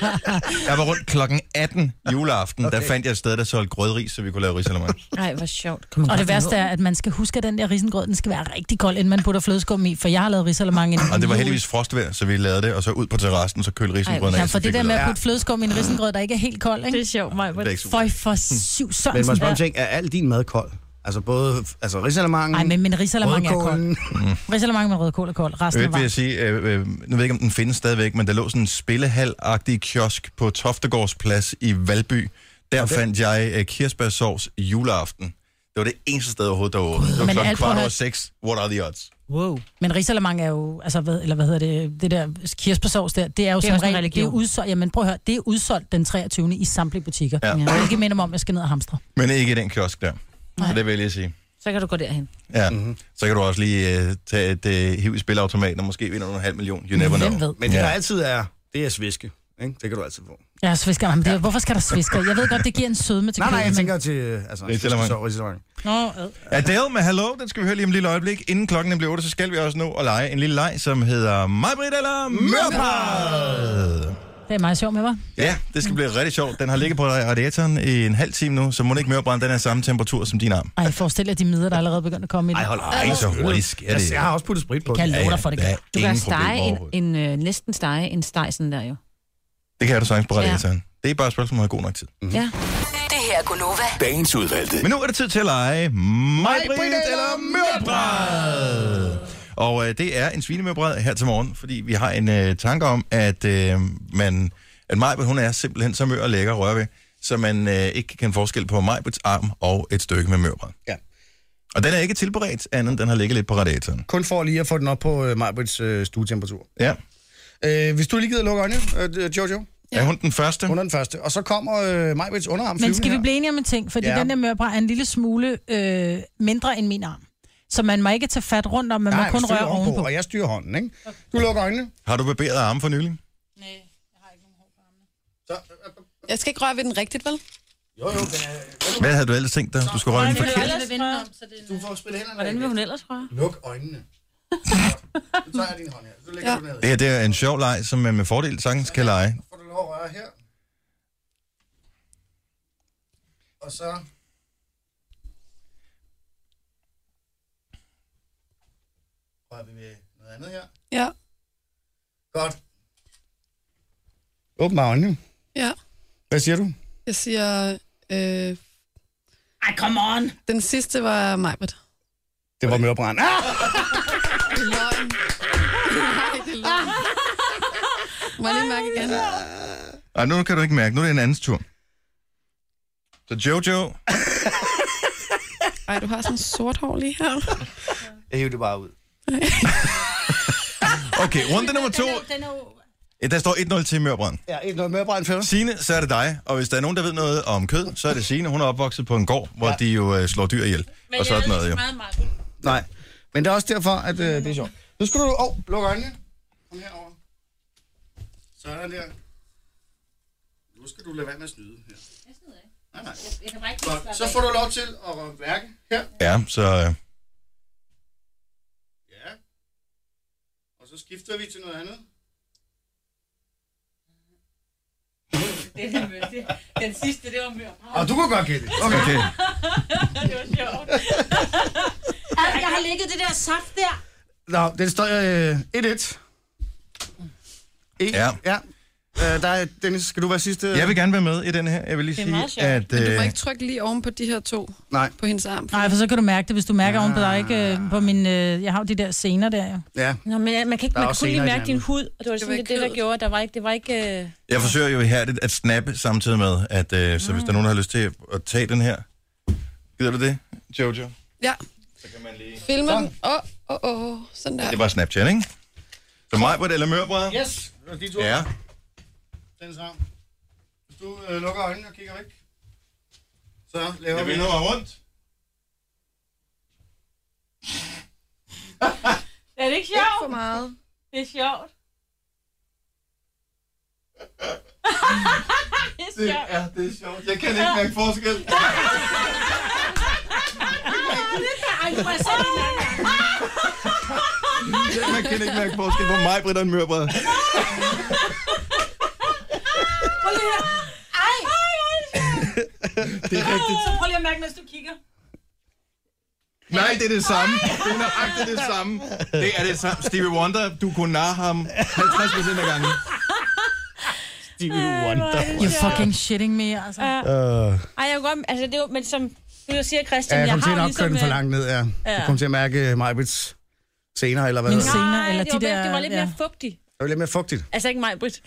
Jeg var rundt klokken atten juleaften, okay. Der fandt jeg et sted, der solgte grødris, så vi kunne lave risalemang. Nej, hvor sjovt. Og det værste er, at man skal huske, at den der risengrød, den skal være rigtig kold, inden man putter flødeskum i, for jeg har lavet risalemang inden. Og det var heldigvis frostvejr, så vi lavede det, og så ud på terrassen, så kølte risengrøden af. Ja, for det der med at putte flødeskum i en risengrød, der ikke er helt kold, ikke? Det er sjovt, mig. Føj for syv Sørensen. Men man spørger ting, er al din mad kold? Altså både altså risalemangen, nej, men min risalemang er kold. Mm. Risalemang med rødkål er kold. Resten Øvrigt vil jeg sige, øh, øh, nu ved jeg ikke, om den findes stadigvæk, men der lå sådan en spillehal-agtig kiosk på Toftegårdsplads i Valby. Der okay. fandt jeg øh, kirsebærsovs juleaften. Det var det eneste sted overhovedet, der var åbent. Det var klokken kvart over seks. What are the odds? Wow. Men risalemang er jo, altså hvad, eller hvad hedder det, det der kirsebærsovs der, det er jo det er som regel, det er udsolgt, jamen prøv at høre, det er udsolgt den treogtyvende i samtlige butikker. Ja. Jeg vil ikke minde mig om, jeg skal ned og hamstre. Men ikke i den kiosk der. Så det vil jeg lige sige. Så kan du gå derhen. Ja, mm-hmm. Så kan du også lige uh, tage et uh, hiv i spilautomaten, og måske vinder du en halv million. You never know. Ved. Men det ja. Der altid er, det er sviske. Ikke? Det kan du altid få. Ja, svisker. Men det, ja. Hvorfor skal der svisker? Jeg ved godt, det giver en sødme til kød. Nej, nej, jeg men... tænker til... Altså, det er Nå, Adele med Hello, den skal vi høre lige om et lille øjeblik. Inden klokken bliver otte, så skal vi også nå at lege en lille leg, som hedder Majbrit eller Mørbrad. Det er meget sjovt med, hva'? Ja, det skal blive rigtig sjovt. Den har ligget på radiatoren i en halv time nu, så må ikke mørbrand, den er samme temperatur som din arm. Ej, forestil dig de midler, der er allerede begyndt at komme i den. Ej, hold ej, så hurtigt sker det. Jeg har også puttet sprit på. Kan jeg love dig for det, ja, du kan stege en, en, øh, næsten stege en steg sådan der jo. Det kan du sagtens på radiatoren. Ja. Det er bare et spørgsmål, om at have god nok tid. Mm-hmm. Ja. Det her er Gunova. Dagens udvalgte. Men nu er det tid til at lege Majbrit eller Mørbrad. Og øh, det er en svinemørbrad her til morgen, fordi vi har en øh, tanke om, at øh, man... at Majbrit, hun er simpelthen så mør og lækker at røre ved, så man øh, ikke kan kende forskel på Majbrits arm og et stykke med mørbrad. Ja. Og den er ikke tilberedt, andet den har ligget lidt på radiatoren. Kun for lige at få den op på øh, Majbrits øh, stuetemperatur. Ja. Øh, hvis du lige gider lukke øjnene, øh, Jojo. Ja. Er hun den første? Hun er den første. Og så kommer øh, Majbrits underarm. Men skal vi blive enige om en ting? Fordi ja. Den der mørbrad er en lille smule øh, mindre end min arm. Så man må ikke tage fat rundt om, man nej, må kun røre ovenpå. ovenpå. Og jeg styrer hånden, ikke? Du lukker øjnene. Har du barberet armen for nylig? Nej, jeg har ikke nogen hår på armene. Så, jeg skal ikke røre ved den rigtigt, vel? Jo, jo. Den er... Hvad havde du ellers tænkt dig? Du skulle røre den forkert. Du får spille hænderne. Hvordan vil hun ellers røre? Luk øjnene. Så tager jeg din hånd her. Så lægger ja. du ned. Det her det er en sjov leg, som man med fordel sagtens kan lege. Så får du lov at røre her. Og så... rører vi ved noget andet her. Ja. Godt. Åbn bare øjnene. Ja. Hvad siger du? Jeg siger... Øh... Ej, come on! Den sidste var Majbrit. Det var mørbrand. Ah! Det er løgn. Nej, det er løgn. Må jeg lige mærke igen? Ej, nu kan du ikke mærke. Nu er det en andens tur. Så Jojo. Ej, du har sådan sort hår lige her. Jeg hiver det bare ud. Okay, runde nummer to. Ja, der står et nul til mørbrand. Ja, et nul mørbrand før. Signe, så er det dig. Og hvis der er nogen, der ved noget om kød, så er det Signe. Hun er opvokset på en gård, hvor ja. de jo øh, slår dyr ihjel. Men og sådan noget, jo. Meget, meget. Nej, men det er også derfor, at øh, det er sjovt. Nu skal du... Åh, oh, lukke øjnene. Kom herover. Sådan der. Nu skal du lade være med at snyde her. Jeg snyder ikke. Nej, nej. Jeg, jeg kan bare ikke godt. Så får du lov til at værke her. Ja, så... Øh... Ja. Og så skifter vi til noget andet. det, det, den sidste, det var mør. Og du kunne godt gætte det. Okay. Okay. Det var sjovt. Jeg har ligget det der saft der. Nå, det står øh, et et. E- Ja. Ja. Øh, der er, Dennis, skal du være sidste? Jeg vil gerne være med i den her. Jeg vil lige Det er sige, meget sjovt. at... Men du må øh, ikke trykke lige oven på de her to Nej. på hendes arm. Nej, for så kan du mærke det, hvis du mærker oven på dig, ikke? øh, På min, øh, jeg har jo de der scener der, jo. Ja. Nå, men man kan, ikke, Der er man kan også kun lige senere i mærke det din andet. hud, og det var sådan, ikke det, det, der kødet. gjorde, der var ikke, det var ikke... Øh... Jeg forsøger jo ihærdigt at snappe samtidig med, at øh, så hvis der er nogen, der har lyst til at tage den her... Gider du det, Jojo? Ja. Så kan man lige... Filmer den. Åh, åh, åh. Sådan der. Det var Snapchat, ikke? Så mig på det, eller mørbrød? Yes. Det var de to. Ja. Den sammen. Hvis du øh, lukker øjnene og kigger væk. Så laver Jeg vi... vender mig rundt. Er det ikke Ikke sjovt? for meget. Det er sjovt. det er Det sjovt. er, det er sjovt. Jeg kan ikke mærke forskel. Ej, du må jeg sætte den Man kan ikke mærke forskel på mig, Britt og en mørbrød. Prøv lige her. Ej! Det er rigtigt. Så prøv lige at mærke, mens du kigger. Nej, det er det samme. Det er nøjagtigt det samme. Det er det samme. Stevie Wonder, du kunne narre ham halvtreds procent af gangen. Stevie Wonder. You're fucking shitting me, altså. Uh. Ej, jeg kunne godt... Altså, det var... Men som du siger, Ja, Christian, jeg kom jeg til har at jo nok køre den ligesom... for langt ned, ja. Jeg kom til at mærke Majbrits senere, eller hvad Min hedder det? senere, Nej, eller det de var, der... det var lidt ja. mere fugtigt. Det var lidt mere fugtigt. Altså ikke mig, Britt.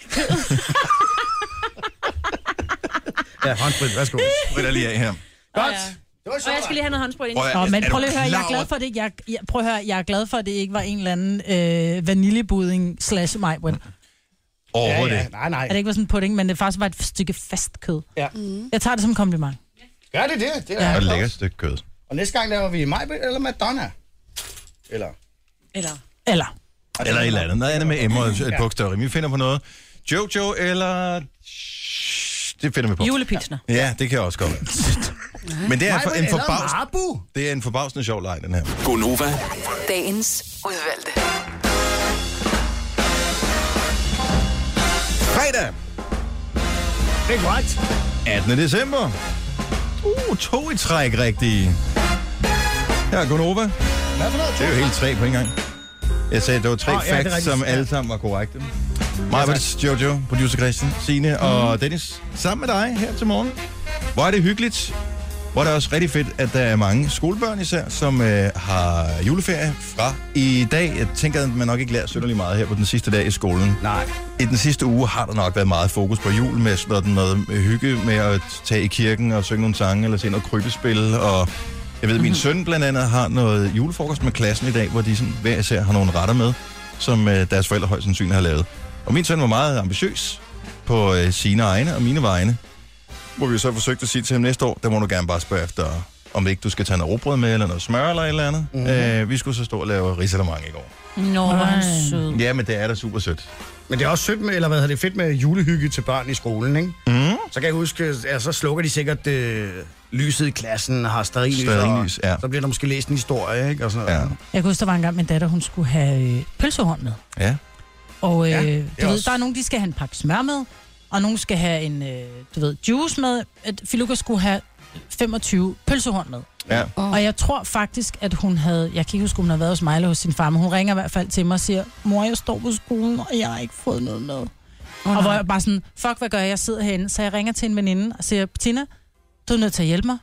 Ja, håndsprit, værsgo. Britt er lige af her. Godt. Ja. Det var Og jeg skal lige have noget håndsprit ind. Prøv at- Nå, men er prøv du lige at høre, jeg er klar glad over- for det. Jeg, jeg, prøv at høre, jeg er glad for, at det ikke var en eller anden øh, vaniljebudding slash Majbrit. Overhovedet Ja, ja. ikke. Nej, nej. At det ikke var sådan en pudding, men det faktisk var et stykke fast kød. Ja. Jeg tager det som en kompliment. Gør det det? Det er Ja. ja. Og et lækkert stykke kød. Og næste gang laver vi Majbrit eller Madonna. Eller... Eller... Eller... Eller et eller andet. Noget andet med Emma og et bogstav. Vi finder på noget. Jojo eller... Det finder vi på. Julepilsner. Ja, det kan jeg også godt. Men det er for, en, forbavs... Marbu. det er en forbavsende sjov leg, den her. Gonova, Dagens udvalgte. Fredag, Det er korrekt. attende december. Uh, to i træk rigtige. Her er Gonova. Hvad for noget? Det er jo helt tre på en gang. Jeg sagde, at det var tre Åh, oh, ja, det er facts, rigtigt. som Ja. alle sammen var korrekte. Majbrits, Jojo, producer Christian, Signe mm. og Dennis sammen med dig her til morgen. Hvor er det hyggeligt. Hvor er det også rigtig fedt, at der er mange skolebørn især, som øh, har juleferie fra i dag. Jeg tænker, at man nok ikke lærer synderligt meget her på den sidste dag i skolen. Nej. I den sidste uge har der nok været meget fokus på jul med sådan noget hygge med at tage i kirken og synge nogle sange eller se noget krybespil. Og jeg ved, min søn blandt andet har noget julefrokost med klassen i dag, hvor de sådan hver især har nogle retter med, som øh, deres forældre højst sandsynligt har lavet. Og min søn var meget ambitiøs på øh, sine egne og mine vegne. Hvor vi så forsøgte at sige til ham næste år, der må du gerne bare spørge efter, om ikke du skal tage noget rugbrød med, eller noget smør eller et eller andet. Mm-hmm. Øh, vi skulle så stå og lave risalemang i går. Nå, hvor er han sød. Ja, men det er da super sødt. Men det er også sødt med, eller hvad hedder det, fedt med julehygge til børn i skolen, ikke? Mm. Så kan jeg huske, altså, så slukker de sikkert øh, lyset i klassen, har stearinlys, Stearinlys, og ja. så bliver der måske læst en historie, ikke? Og sådan noget. Ja. Jeg kan huske, der var engang min datter, hun skulle have øh, pølsehorn med. Ja. Og øh, Ja, ja, det er du ved, også- der er nogen, de skal have en pakke smør med, og nogen skal have en, øh, du ved, juice med. At Filuka skulle have femogtyve pølsehorn med. Ja. Oh. Og jeg tror faktisk, at hun havde... Jeg kan ikke huske, om hun havde været hos mig eller hos sin far, men hun ringer i hvert fald til mig og siger, mor, jeg står på skolen, og jeg har ikke fået noget med. Oh, og hvor jeg bare sådan, fuck, hvad gør jeg? Jeg sidder herinde. Så jeg ringer til en veninde og siger, Bettina, du er nødt til at hjælpe mig.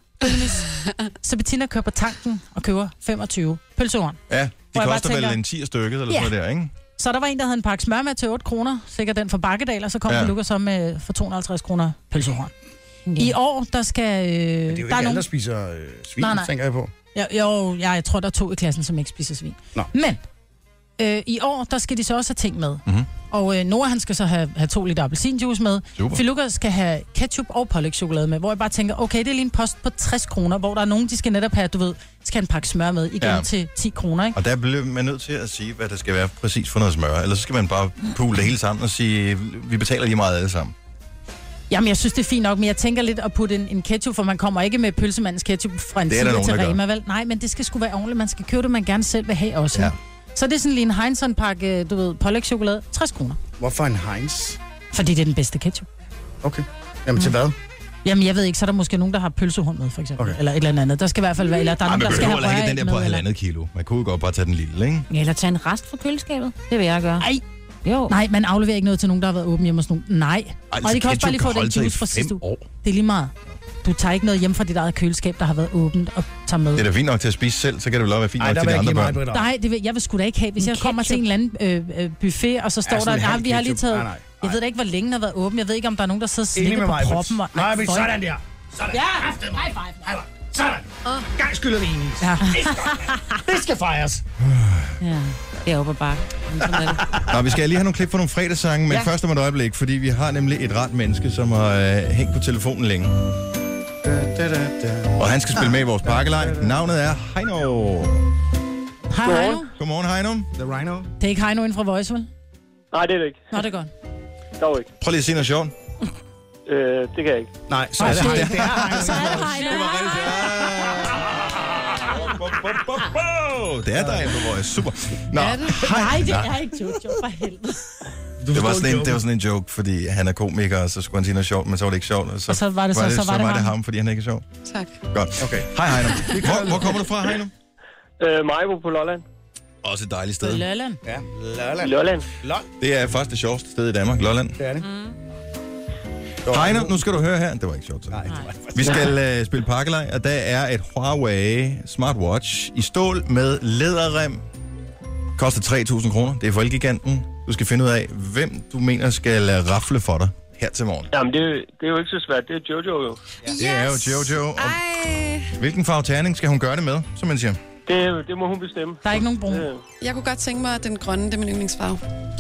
Så Bettina kører på tanken og køber femogtyve pølsehorn. Ja, de Hvor jeg bare koster vel tænker- en ti stykket eller Ja. sådan noget der, ikke? Så der var en, der havde en pakke smør med til otte kroner, sikkert den fra Bakkedal, og så kom Ja. ja. Lukas så med for to hundrede og halvtreds kroner pølsehorn. I år, der skal... Øh, Men det er jo der ikke er alle, nogen, der spiser øh, svin, Nej, nej. tænker jeg på. jo, jo, ja, jeg tror, der er to i klassen, som ikke spiser svin. Nå. Men øh, i år, der skal de så også have ting med. Mhm. Og øh, Nora, han skal så have, have to liter appelsinjuice med. Super. Filuka skal have ketchup og pålægtschokolade med, hvor jeg bare tænker, okay, det er lige en post på tres kroner, hvor der er nogen, de skal netop have, du ved, skal have en pakke smør med igen Ja. ja. til ti kroner, ikke? Og der bliver man nødt til at sige, hvad der skal være præcis for noget smør. Ellers så skal man bare pule det hele sammen og sige, vi betaler lige meget alle sammen. Jamen, jeg synes, det er fint nok, men jeg tænker lidt at putte en, en ketchup, for man kommer ikke med pølsemandens ketchup fra en Det er der side nogen, til der gør. Rema, vel? Nej, men det skal sgu være ordentligt. Man skal købe det, man gerne selv vil have også. Ja. Ja. Så det er sådan lige en Heinz-pakke, du ved, pålægtschokolade, tres kroner. Hvorfor en Heinz? Fordi det er den bedste ketchup. Okay. Jamen til hvad? Jamen, jeg ved ikke, så er der måske nogen, der har pølsehorn med, for eksempel. Okay. Eller et eller andet. Der skal i hvert fald være, eller der er Ej, nogen, der skal have røræg ikke den der på med, halvandet kilo. Man kunne jo godt bare tage den lille, ikke? Ja, eller tage en rest fra køleskabet. Det vil jeg gøre. Nej. Jo. Nej, man afleverer ikke noget til nogen, der har været åben hjemme hos nogen. Nej. Ej, og de kan også bare lige få den juice juice fra sidste uge. år. Det er lige meget. Du tager ikke noget hjem fra dit eget køleskab, der har været åbent, og tager med. Det er da fint nok til at spise selv, så kan det vel også være fint Ej, nok til de andre børn. Nej, det vil, jeg vil sgu da ikke have. Hvis jeg kommer til en eller anden øh, øh, buffet, og så står ja, der, nej, vi har lige taget... Nej, nej, nej. Jeg ved da ikke, hvor længe den har været åben. Jeg ved ikke, om der er nogen, der sidder og Enig slikker med på mig, proppen. Og, nej, men sådan der. Sådan. Ja, high five. Sådan. Gang skylder vi en is. Ja. Det skal fejres. Ja, det er oppe ad bakke. Nå, vi skal lige have nogle klip for nogle fredagssange, men Ja. først om et øjeblik, fordi vi har nemlig et ret menneske, som har øh, hængt på telefonen længe. Og han skal spille med i vores pakkelej. Navnet er Heino. Hej, Heino. Godmorgen, Heino. The Rhino. Det er ikke Heino inden fra Voice, vel? Nej, det er det ikke. Nå, det er godt. Dog ikke. Prøv lige at sige noget sjovt. Øh, det kan jeg ikke. Nej, så er det det- Heino. Det er Heino. Så er det Heino. Det var rigtigt. Det er dig på Voice. Super. Nå, Nej, det er ikke Jojo, for helvede. det var, sådan en, det var sådan en joke, fordi han er komiker, og så skulle han sige noget sjovt, men så var det ikke sjovt. Og så, Og så var det så- så var så det var det ham. ham, fordi han ikke er sjov. Tak. Godt. Okay. Hej Heino. Hvor, hvor kommer du fra, Heino? Øh, Majbo på Lolland. Også et dejligt sted. Lolland. Ja, Lolland. Lolland. Det er faktisk det sjoveste sted i Danmark, Lolland. Det er det. Heino, nu skal du høre her. Det var ikke sjovt. Så. Nej, det var Vi skal uh, spille pakkelej, og der er et Huawei smartwatch i stål med læderrem. Koster tre tusind kroner. Det er for Elgiganten. Du skal finde ud af, hvem du mener skal uh, rafle for dig her til morgen. Jamen, det, er- det er jo ikke så svært. Det er Jojo jo. Ja. Det er jo Jojo. Og Ej, hvilken farve terning skal hun gøre det med, som man siger? Det, det må hun bestemme. Der er ikke nogen brun. Øh, jeg kunne godt tænke mig, at den grønne, det er min yndlingsfarve.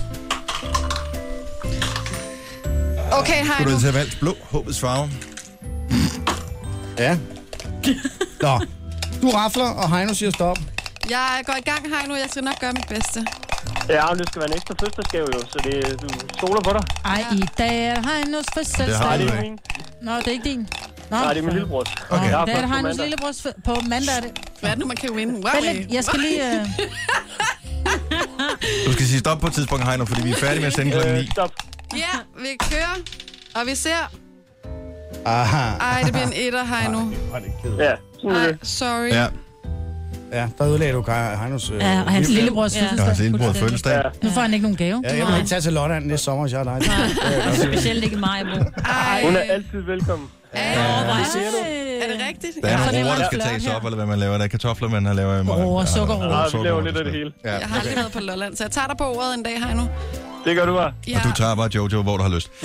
Okay, Skulle Heino. du altså have valgt blå, håbets farve? Ja. Nå. Du rafler, og Heino siger stop. Jeg går i gang, Heino. Jeg skal nok gøre mit bedste. ja, men det skal være en ekstra fødselsdagsgave jo, så det, du stoler på dig. Ej, i dag er Heinos Det har fødselsdag. du Nej, det er ikke. min. Nå, det er ikke din. Nå, Nej, det er min lillebrors. Okay. Jeg har det er først på Heinos mandag. lillebrors fø- på mandag er det. Hvad er det nu, man kan win? Wow. Vent lidt, jeg skal lige... Øh... Du skal sige stop på et tidspunkt, Heino, fordi vi er færdige med at sende klokken Øh, ni. stop. Ja, vi kører. Og vi ser... Aha. Ej, det bliver en etter, Heino. Hvor er det kedeligt. Ja, sådan er Ej, det. sorry. Ja, Ja, der ødelagde du Kai- Heinos... Øh, Ja, og hans liv. lillebrors Ja. jeg har fødselsdag. set lillebror fødselsdag. Ja. Nu får han ikke nogen gave. Ja, jeg vil ikke tage til Lolland næste sommer, hvis jeg er dig. Specielt ikke mig, Bo. Ej, Hun er altid velkommen. Ej, Hvor siger du. er det rigtigt? Der er så det nogle er roer, der meget skal flot tages her. op, eller hvad man laver. Der er kartofler, man laver i morgen. Roer, sukkerroer. Ja, vi laver sukkerroer, lidt af det sådan hele. noget. Jeg har aldrig været på Lolland, så jeg tager dig på ordet en dag, Heino. Det gør du bare. Ja. Og du tager bare Jojo, hvor du har lyst.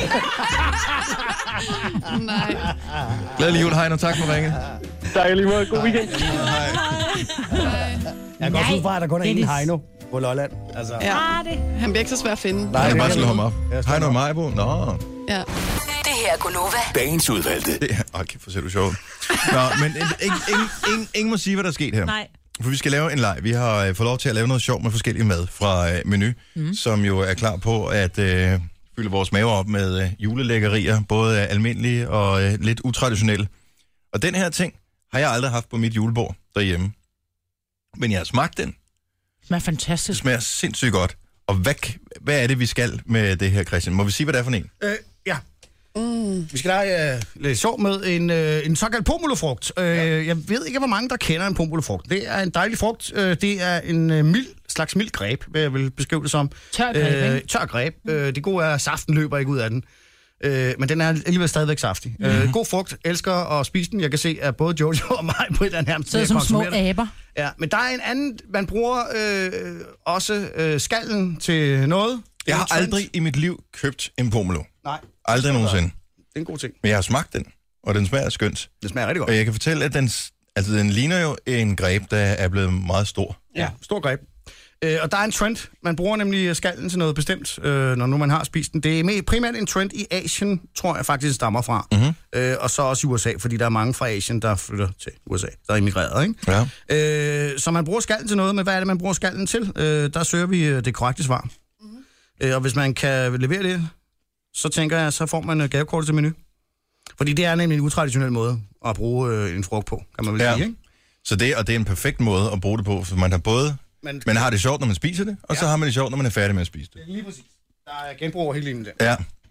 Nej. Glædelig jul, Heino. Tak for ringet. Tak lige måde. God weekend. Hej. Jeg går også ud fra, at der kun er det er en det- Heino på Lolland. Altså, Ja. Ah, det. Han bliver ikke så svær at finde. Nej, Jeg kan bare det slå er- ham op. Jeg slår Heino ham op. Majbo. Nå. Ja. Det her er Gunova. Dagens udvalgte. Det, åh, kæft, hvor ser du sjovt. Nå, men ingen, ingen, ingen, ingen må sige, hvad der er sket her. Nej. For vi skal lave en leg. Vi har øh, fået lov til at lave noget sjovt med forskellige mad fra øh, Menu, mm. som jo er klar på at øh, fylde vores maver op med øh, julelækkerier, både øh, almindelige og øh, lidt utraditionelle. Og den her ting har jeg aldrig haft på mit julebord derhjemme. Men jeg har smagt den. Det er Det fantastisk. smager sindssygt godt. Og hvad, hvad er det, vi skal med det her, Christian? Må vi sige, hvad det er for en? Øh, ja. Mm. Vi skal lege øh, lidt sjov med en, øh, en såkaldt pomulofrugt. Øh, jeg ved ikke, hvor mange, der kender en pomulofrugt. Det er en dejlig frugt. Øh, det er en øh, mild, slags mild greb, hvad jeg vil beskrive det som. Tør greb, ikke? Tør greb. Øh, det gode er, at saften løber ikke ud af den. Øh, men den er alligevel stadigvæk saftig. Mm. Øh, god frugt. Elsker at spise den. Jeg kan se, at både Jojo og mig på et eller andet nærmest Så som små konsumerer den. aber. Ja, men der er en anden, man bruger øh, også øh, skallen til noget. Jeg har En trend. aldrig i mit liv købt en pomelo. Nej, Aldrig nogensinde. det er en god ting. Men jeg har smagt den, og den smager skønt. Det smager rigtig godt. Og jeg kan fortælle, at den, altså, den ligner jo en greb, der er blevet meget stor. Ja, stor greb. Øh, og der er en trend. Man bruger nemlig skallen til noget bestemt, øh, når nu man har spist den. Det er med, primært en trend i Asien, tror jeg faktisk stammer fra. Mm-hmm. Øh, og så også i U S A, fordi der er mange fra Asien, der flytter til U S A. Der er immigreret, ikke? Ja. Øh, så man bruger skallen til noget, men hvad er det, man bruger skallen til? Øh, der søger vi øh, det korrekte svar. Mm-hmm. Øh, og hvis man kan levere det, så tænker jeg, så får man øh, gavekortet til Menu. Fordi det er nemlig en utraditionel måde at bruge øh, en frugt på, kan man vel Ja. sige, ikke? Så det, og det er en perfekt måde at bruge det på, for man har både, Men, man har det sjovt, når man spiser det, og ja. så har man det sjovt, når man er færdig med at spise det. Lige præcis. Der er genbrug over hele linjen der. Ja.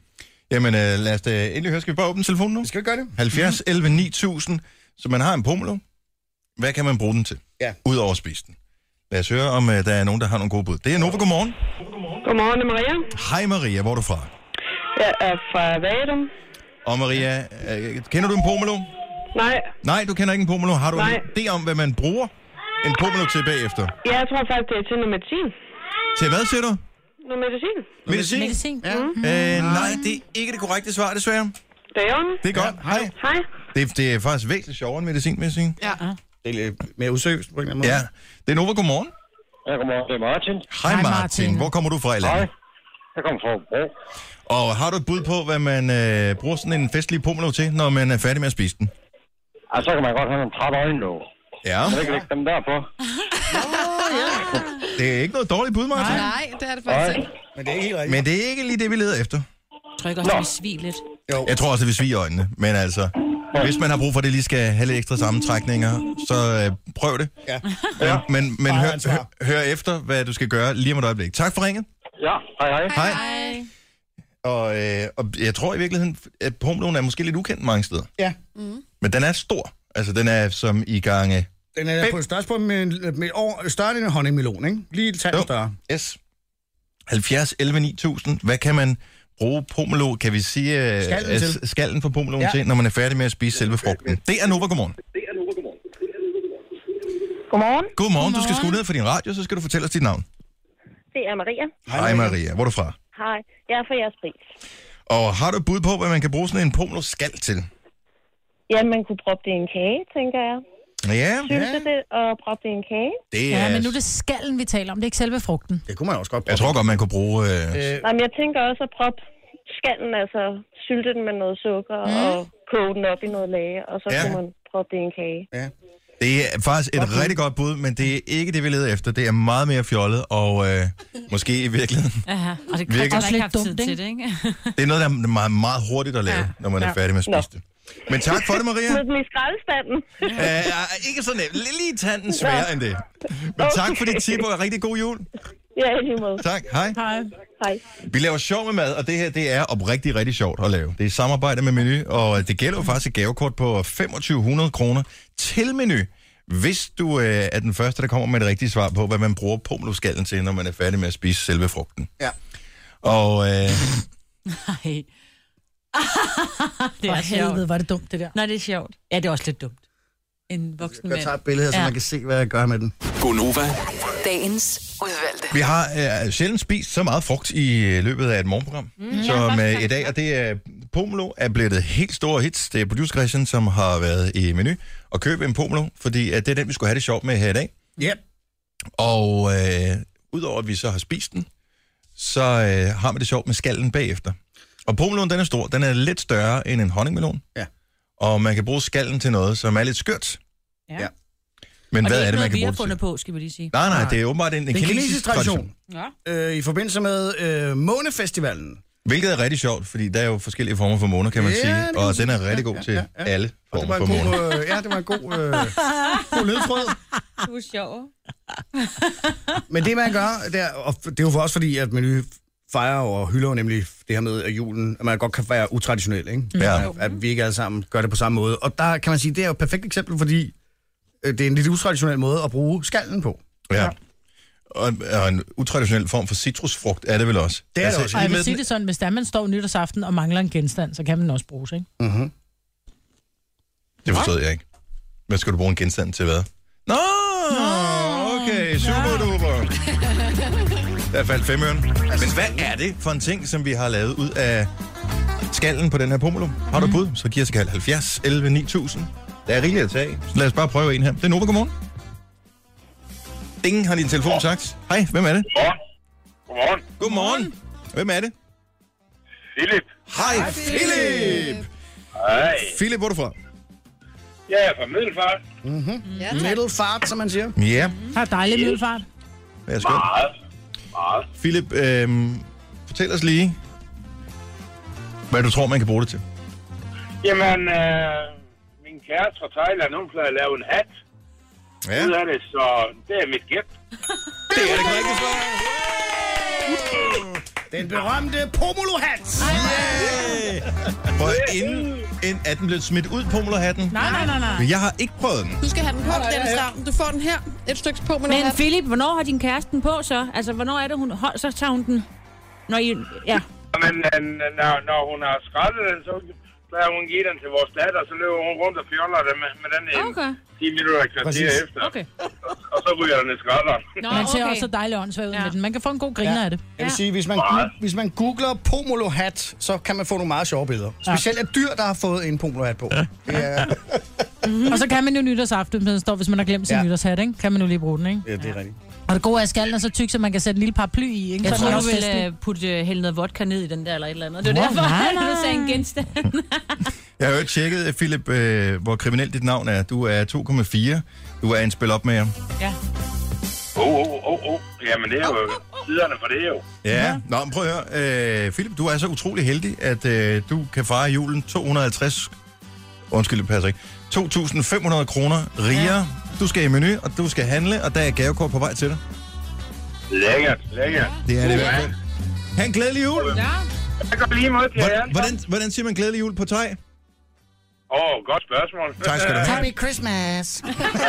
Jamen, øh, lad os da endelig høre. Skal vi bare åbne telefonen nu? Skal vi gøre det? halvfjerds elleve ni tusind. Så man har en pomelo. Hvad kan man bruge den til? Ja. Udover at spise den. Lad os høre, om uh, der er nogen, der har nogle gode bud. Det er Nova. Godmorgen. Godmorgen, det er Maria. Hej Maria, hvor er du fra? Jeg er fra Vadum. Og Maria, øh, kender du en pomelo? Nej. Nej, du kender ikke en pomelo. Har du Nej. en idé om, hvad man bruger en pomelo til bagefter? Ja, jeg tror faktisk, det er til noget medicin. Til hvad, siger du? Noget medicin. Medicin? Medicin. Ja. Øh, nej, det er ikke det korrekte svar, desværre. Det er jo. Det er godt. Ja, Hej. Hej. Det, det er faktisk væsentligt sjovere end medicin, vil jeg sige. Ja. Det er lidt mere useriøst på en eller anden måde. Ja. Det er Nova. Godmorgen. Ja, godmorgen. Det er Martin. Hej Hej, Martin. Martin. Hvor kommer du fra i landet? Hej. Jeg kommer fra Bro. Og har du et bud på, hvad man øh, bruger sådan en festlig pomelo til, når man er færdig med at spise den? Og så kan man godt have nogle trætte øjne nu. Ja. Jeg kan ikke lægge dem derpå. Det er ikke noget dårligt bud, Martin. Nej, det er det faktisk Nej. ikke. Men det er ikke helt rigtigt. Men det er ikke lige det, vi leder efter. Jeg tror ikke også, at vi svig lidt. Jo. Jeg tror også, at vi sviger øjnene. Men altså, hvis man har brug for, at det lige skal have lidt ekstra sammentrækninger, så øh, prøv det. Ja. Ja. Men, men Bare hør, ansvar. hør, hør efter, hvad du skal gøre lige om et øjeblik. Tak for ringet. Ja, hej hej. Hej. Hej. Og, øh, og jeg tror i virkeligheden, at pommeloen er måske lidt ukendt mange steder. Ja. Men den er stor. Altså, den er som i gange... Den er på størrelse på med, med et år større end en honningmelon, ikke? Lige et tand Jo. større. Yes. halvfjerds elleve ni tusind. Hvad kan man bruge pomelo, kan vi sige, øh, Skallen øh, til. skallen for pommeloen Ja. til, når man er færdig med at spise selve frugten? Det er Nova. Godmorgen. Godmorgen. Godmorgen. Du skal skrue ned for din radio, så skal du fortælle os dit navn. Det er Maria. Hej Maria. Hvor er du fra? Hej. Jeg er fra jeres pris. Og har du et bud på, hvad man kan bruge sådan en pomelo-skal til? Ja, man kunne proppe det i en kage, tænker jeg. Ja, Sylte det og proppe det i en kage. det Ja, er... men nu er det skallen, vi taler om. Det er ikke selve frugten. Det kunne man også godt prøve. Jeg tror godt, man kunne bruge... Øh... Øh, Nej, men jeg tænker også at proppe skallen, altså sylte den med noget sukker mm. og koge den op i noget lage, og så Ja. ja. kunne man proppe det i en kage. ja. Det er faktisk et rigtig godt bud, men det er ikke det, vi leder efter. Det er meget mere fjollet, og øh, måske i virkeligheden... Aha. Og det Virker- kræver Også ikke lidt haft tid dumt, til ikke? det, ikke? Det er noget, der er meget, meget hurtigt at lave, ja. når man er færdig med at spise det. Men tak for det, Maria. Med den i skraldespanden. Uh, ikke så nemt. Lige tanden sværere end det. Men tak for dit tip, og rigtig god jul. Ja, i lige måde. Tak. Hej. Hej. Hej. Vi laver sjov med mad, og det her det er oprigtigt rigtig sjovt at lave. Det er samarbejde med Menu, og det gælder jo faktisk et gavekort på femogtyve hundrede kroner til Menu. Hvis du øh, er den første, der kommer med det rigtige svar på, hvad man bruger pomelo-skallen til, når man er færdig med at spise selve frugten. Ja. Og øh, Nej. det For er sjovt. helvede, var det dumt, det der. Nej, det er sjovt. Ja, det er også lidt dumt. En voksen Jeg mand. tager et billede her, så Ja. man kan se, hvad jeg gør med den. Gonova. Dagens udvalgte. vi har øh, sjældent spist så meget frugt i øh, løbet af et morgenprogram, mm. som øh, i dag, og det er pomelo er blevet et helt store hits. Det er producer Christian, som har været i Menu og købe en pomelo, fordi at det er den, vi skulle have det sjovt med her i dag. Ja. Yep. Og øh, udover at vi så har spist den, så øh, har vi det sjovt med skallen bagefter. Og pomeloen, den er stor. Den er lidt større end en honningmelon. Ja. Og man kan bruge skallen til noget, som er lidt skørt. Ja. Ja. Men Og hvad det er er det, ikke man noget, vi kan har bruge det fundet til? på, skal vi lige sige. Nej, nej, Nej. det er åbenbart en, en, Det er en kinesisk kinesisk tradition. tradition. Ja. Øh, I forbindelse med øh, Månefestivalen. Hvilket er rigtig sjovt, fordi der er jo forskellige former for måner, kan man Ja, sige. det kan Og man den sige. er rigtig god Ja, til ja, ja. alle Og det former var for en måner. god, øh, ja, det var en god, øh, god ledtråd. Du er sjov. Men det, man gør, det er, og det er jo for os, fordi at Menu fejrer og hylder jo nemlig det her med, at julen, at man godt kan være utraditionel, ikke? Ja. At, at vi ikke alle sammen gør det på samme måde. Og der kan man sige, det er jo et perfekt eksempel, fordi øh, det er en lidt utraditionel måde at bruge skallen på. Ja. Og, og en utraditionel form for citrusfrugt er det vel også. Det er det også. Og jeg med vil sige den- det sådan, hvis der man står nytårsaften og mangler en genstand, så kan man også bruges, ikke? Mm-hmm. Det forstod jeg ikke. Hvad skal du bruge en genstand til hvad? Nå, okay, super duper. Der faldt fem øre. Men hvad er det for en ting, som vi har lavet ud af skallen på den her pomelo? Har du bud, så giver os kald halvfjerds elleve ni tusind. Der er rigeligt at tage. Så lad os bare prøve en her. Det er Nova, godmorgen. Ding har din telefon sagt. Hej, hvem er det? Godmorgen. Godmorgen. Godmorgen. Hvem er det? Philip. Hej, Philip. Hej. Philip, hvor er du fra? Jeg er fra Middelfart. Ja, tak. Middle fart, som man siger. Ja, Har dejlig middelfart. jeg skal. Meget. Meget. Philip, øhm, fortæl os lige, hvad du tror, man kan bruge det til. Jamen, øh, min kæreste fra Thailand, hun plejer at lave en hat Ja, ud af det, så det er mit gæt. det er det korrekte svar. Det Den berømte Pomolo-hat. Yeah! Prøv inden, inden er den blevet smidt ud, Pomolo-hatten? Nej, nej, nej, nej. Men jeg har ikke prøvet den. Du skal have den på, Dennis Ravn. Du får den her. Et stykke på med Men den Philip, hvornår har din kæreste den på så? Altså, hvornår er det, hun hold, så tager hun den? Når I... Ja. Men øh, når, når hun har skrællet den, så plejer hun give den til vores datter, så løber hun rundt og fjoller den med, med den Okay. ti minutter i kvarter efter. Okay. Og, og så ryger den i skralderen. Nå, Man ser okay. også så dejligt åndssvagt ud Ja. med den. Man kan få en god griner Ja. af det. Jeg vil sige, hvis man, hvis man googler Pomolo-hat, så kan man få nogle meget sjove billeder. Specielt af dyr, der har fået en Pomolo-hat på. Det er, Og så kan man jo nytårsaften, hvis, står, hvis man har glemt sin Ja. nytårshat, ikke? Kan man jo lige bruge den, ikke? ja, det er rigtigt. Og det gode er, at skallen er så tyk, så man kan sætte en lille paraply i, ikke? Jeg Så tror, den er du også vil festlig. uh, putte uh, hælde noget vodka ned i den der, eller et eller andet. Det er Nå, derfor, nej, at nej. du sagde en genstand. Jeg har jo tjekket, Philip, øh, hvor kriminelt dit navn er. Du er to komma fire. Du er en spil op med jer. Ja. Åh, åh, åh, åh. Jamen, det er jo siderne for det, jo. Ja, nå, men prøv at høre. Øh, Philip, du er så utrolig heldig, at øh, du kan fejre julen to hundrede og halvtreds... Undskyld, det passer ikke. to tusind fem hundrede kroner rigere. Ja. Du skal i menu, og du skal handle, og der er gavekort på vej til dig. Lækkert, lækkert. Det er det i hvert fald. Ha' en glædelig jul. Ja. Jeg går lige mod til jer. Hvordan, hvordan, hvordan siger man glædelig jul på thai? Åh, oh, godt spørgsmål. Tak skal du have. Happy Christmas.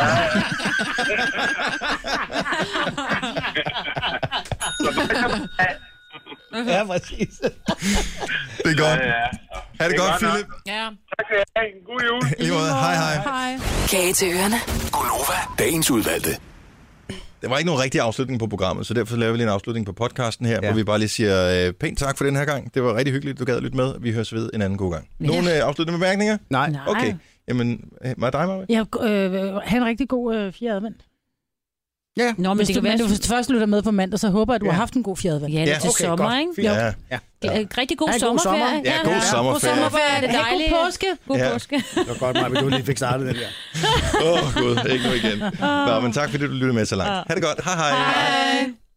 Ja, præcis. Det er godt. Ja, ja. Ha' det Det er godt, godt nok. Philip. Ja. Tak skal I have. God jul. I lige måde. Hej, hej. Hej. Kage til ørerne. Gonova, dagens udvalgte. Der var ikke nogen rigtig afslutning på programmet, så derfor laver vi lige en afslutning på podcasten her, ja. Hvor vi bare lige siger øh, pænt tak for den her gang. Det var rigtig hyggeligt, du gad at lytte med. Vi høres ved en anden god gang. Nogle øh, afsluttende bemærkninger? Nej. Nej. Okay. Jamen, øh, var det dig, Maja? Ja, øh, have en rigtig god øh, fjerde advent. Ja. Nå, men Hvis det du, kan være... men du først lytter med på mandag, så håber jeg, at du Ja. har haft en god fjerde advent. Ja, det er Ja, til okay, sommer, godt. ikke? Fint. Ja. Ja. Ja. Rigtig god Ha' en god sommerferie. sommer. Ja, god sommerferie. God sommerferie. Er det Ha' dejligt? god påske. God Ja. påske. Det var godt, Maja, du lige fik startet den der. Åh, oh, gud, ikke nu igen. Nå, men tak fordi du lyttede med så langt. Ha' det godt. Hej hej. Hej.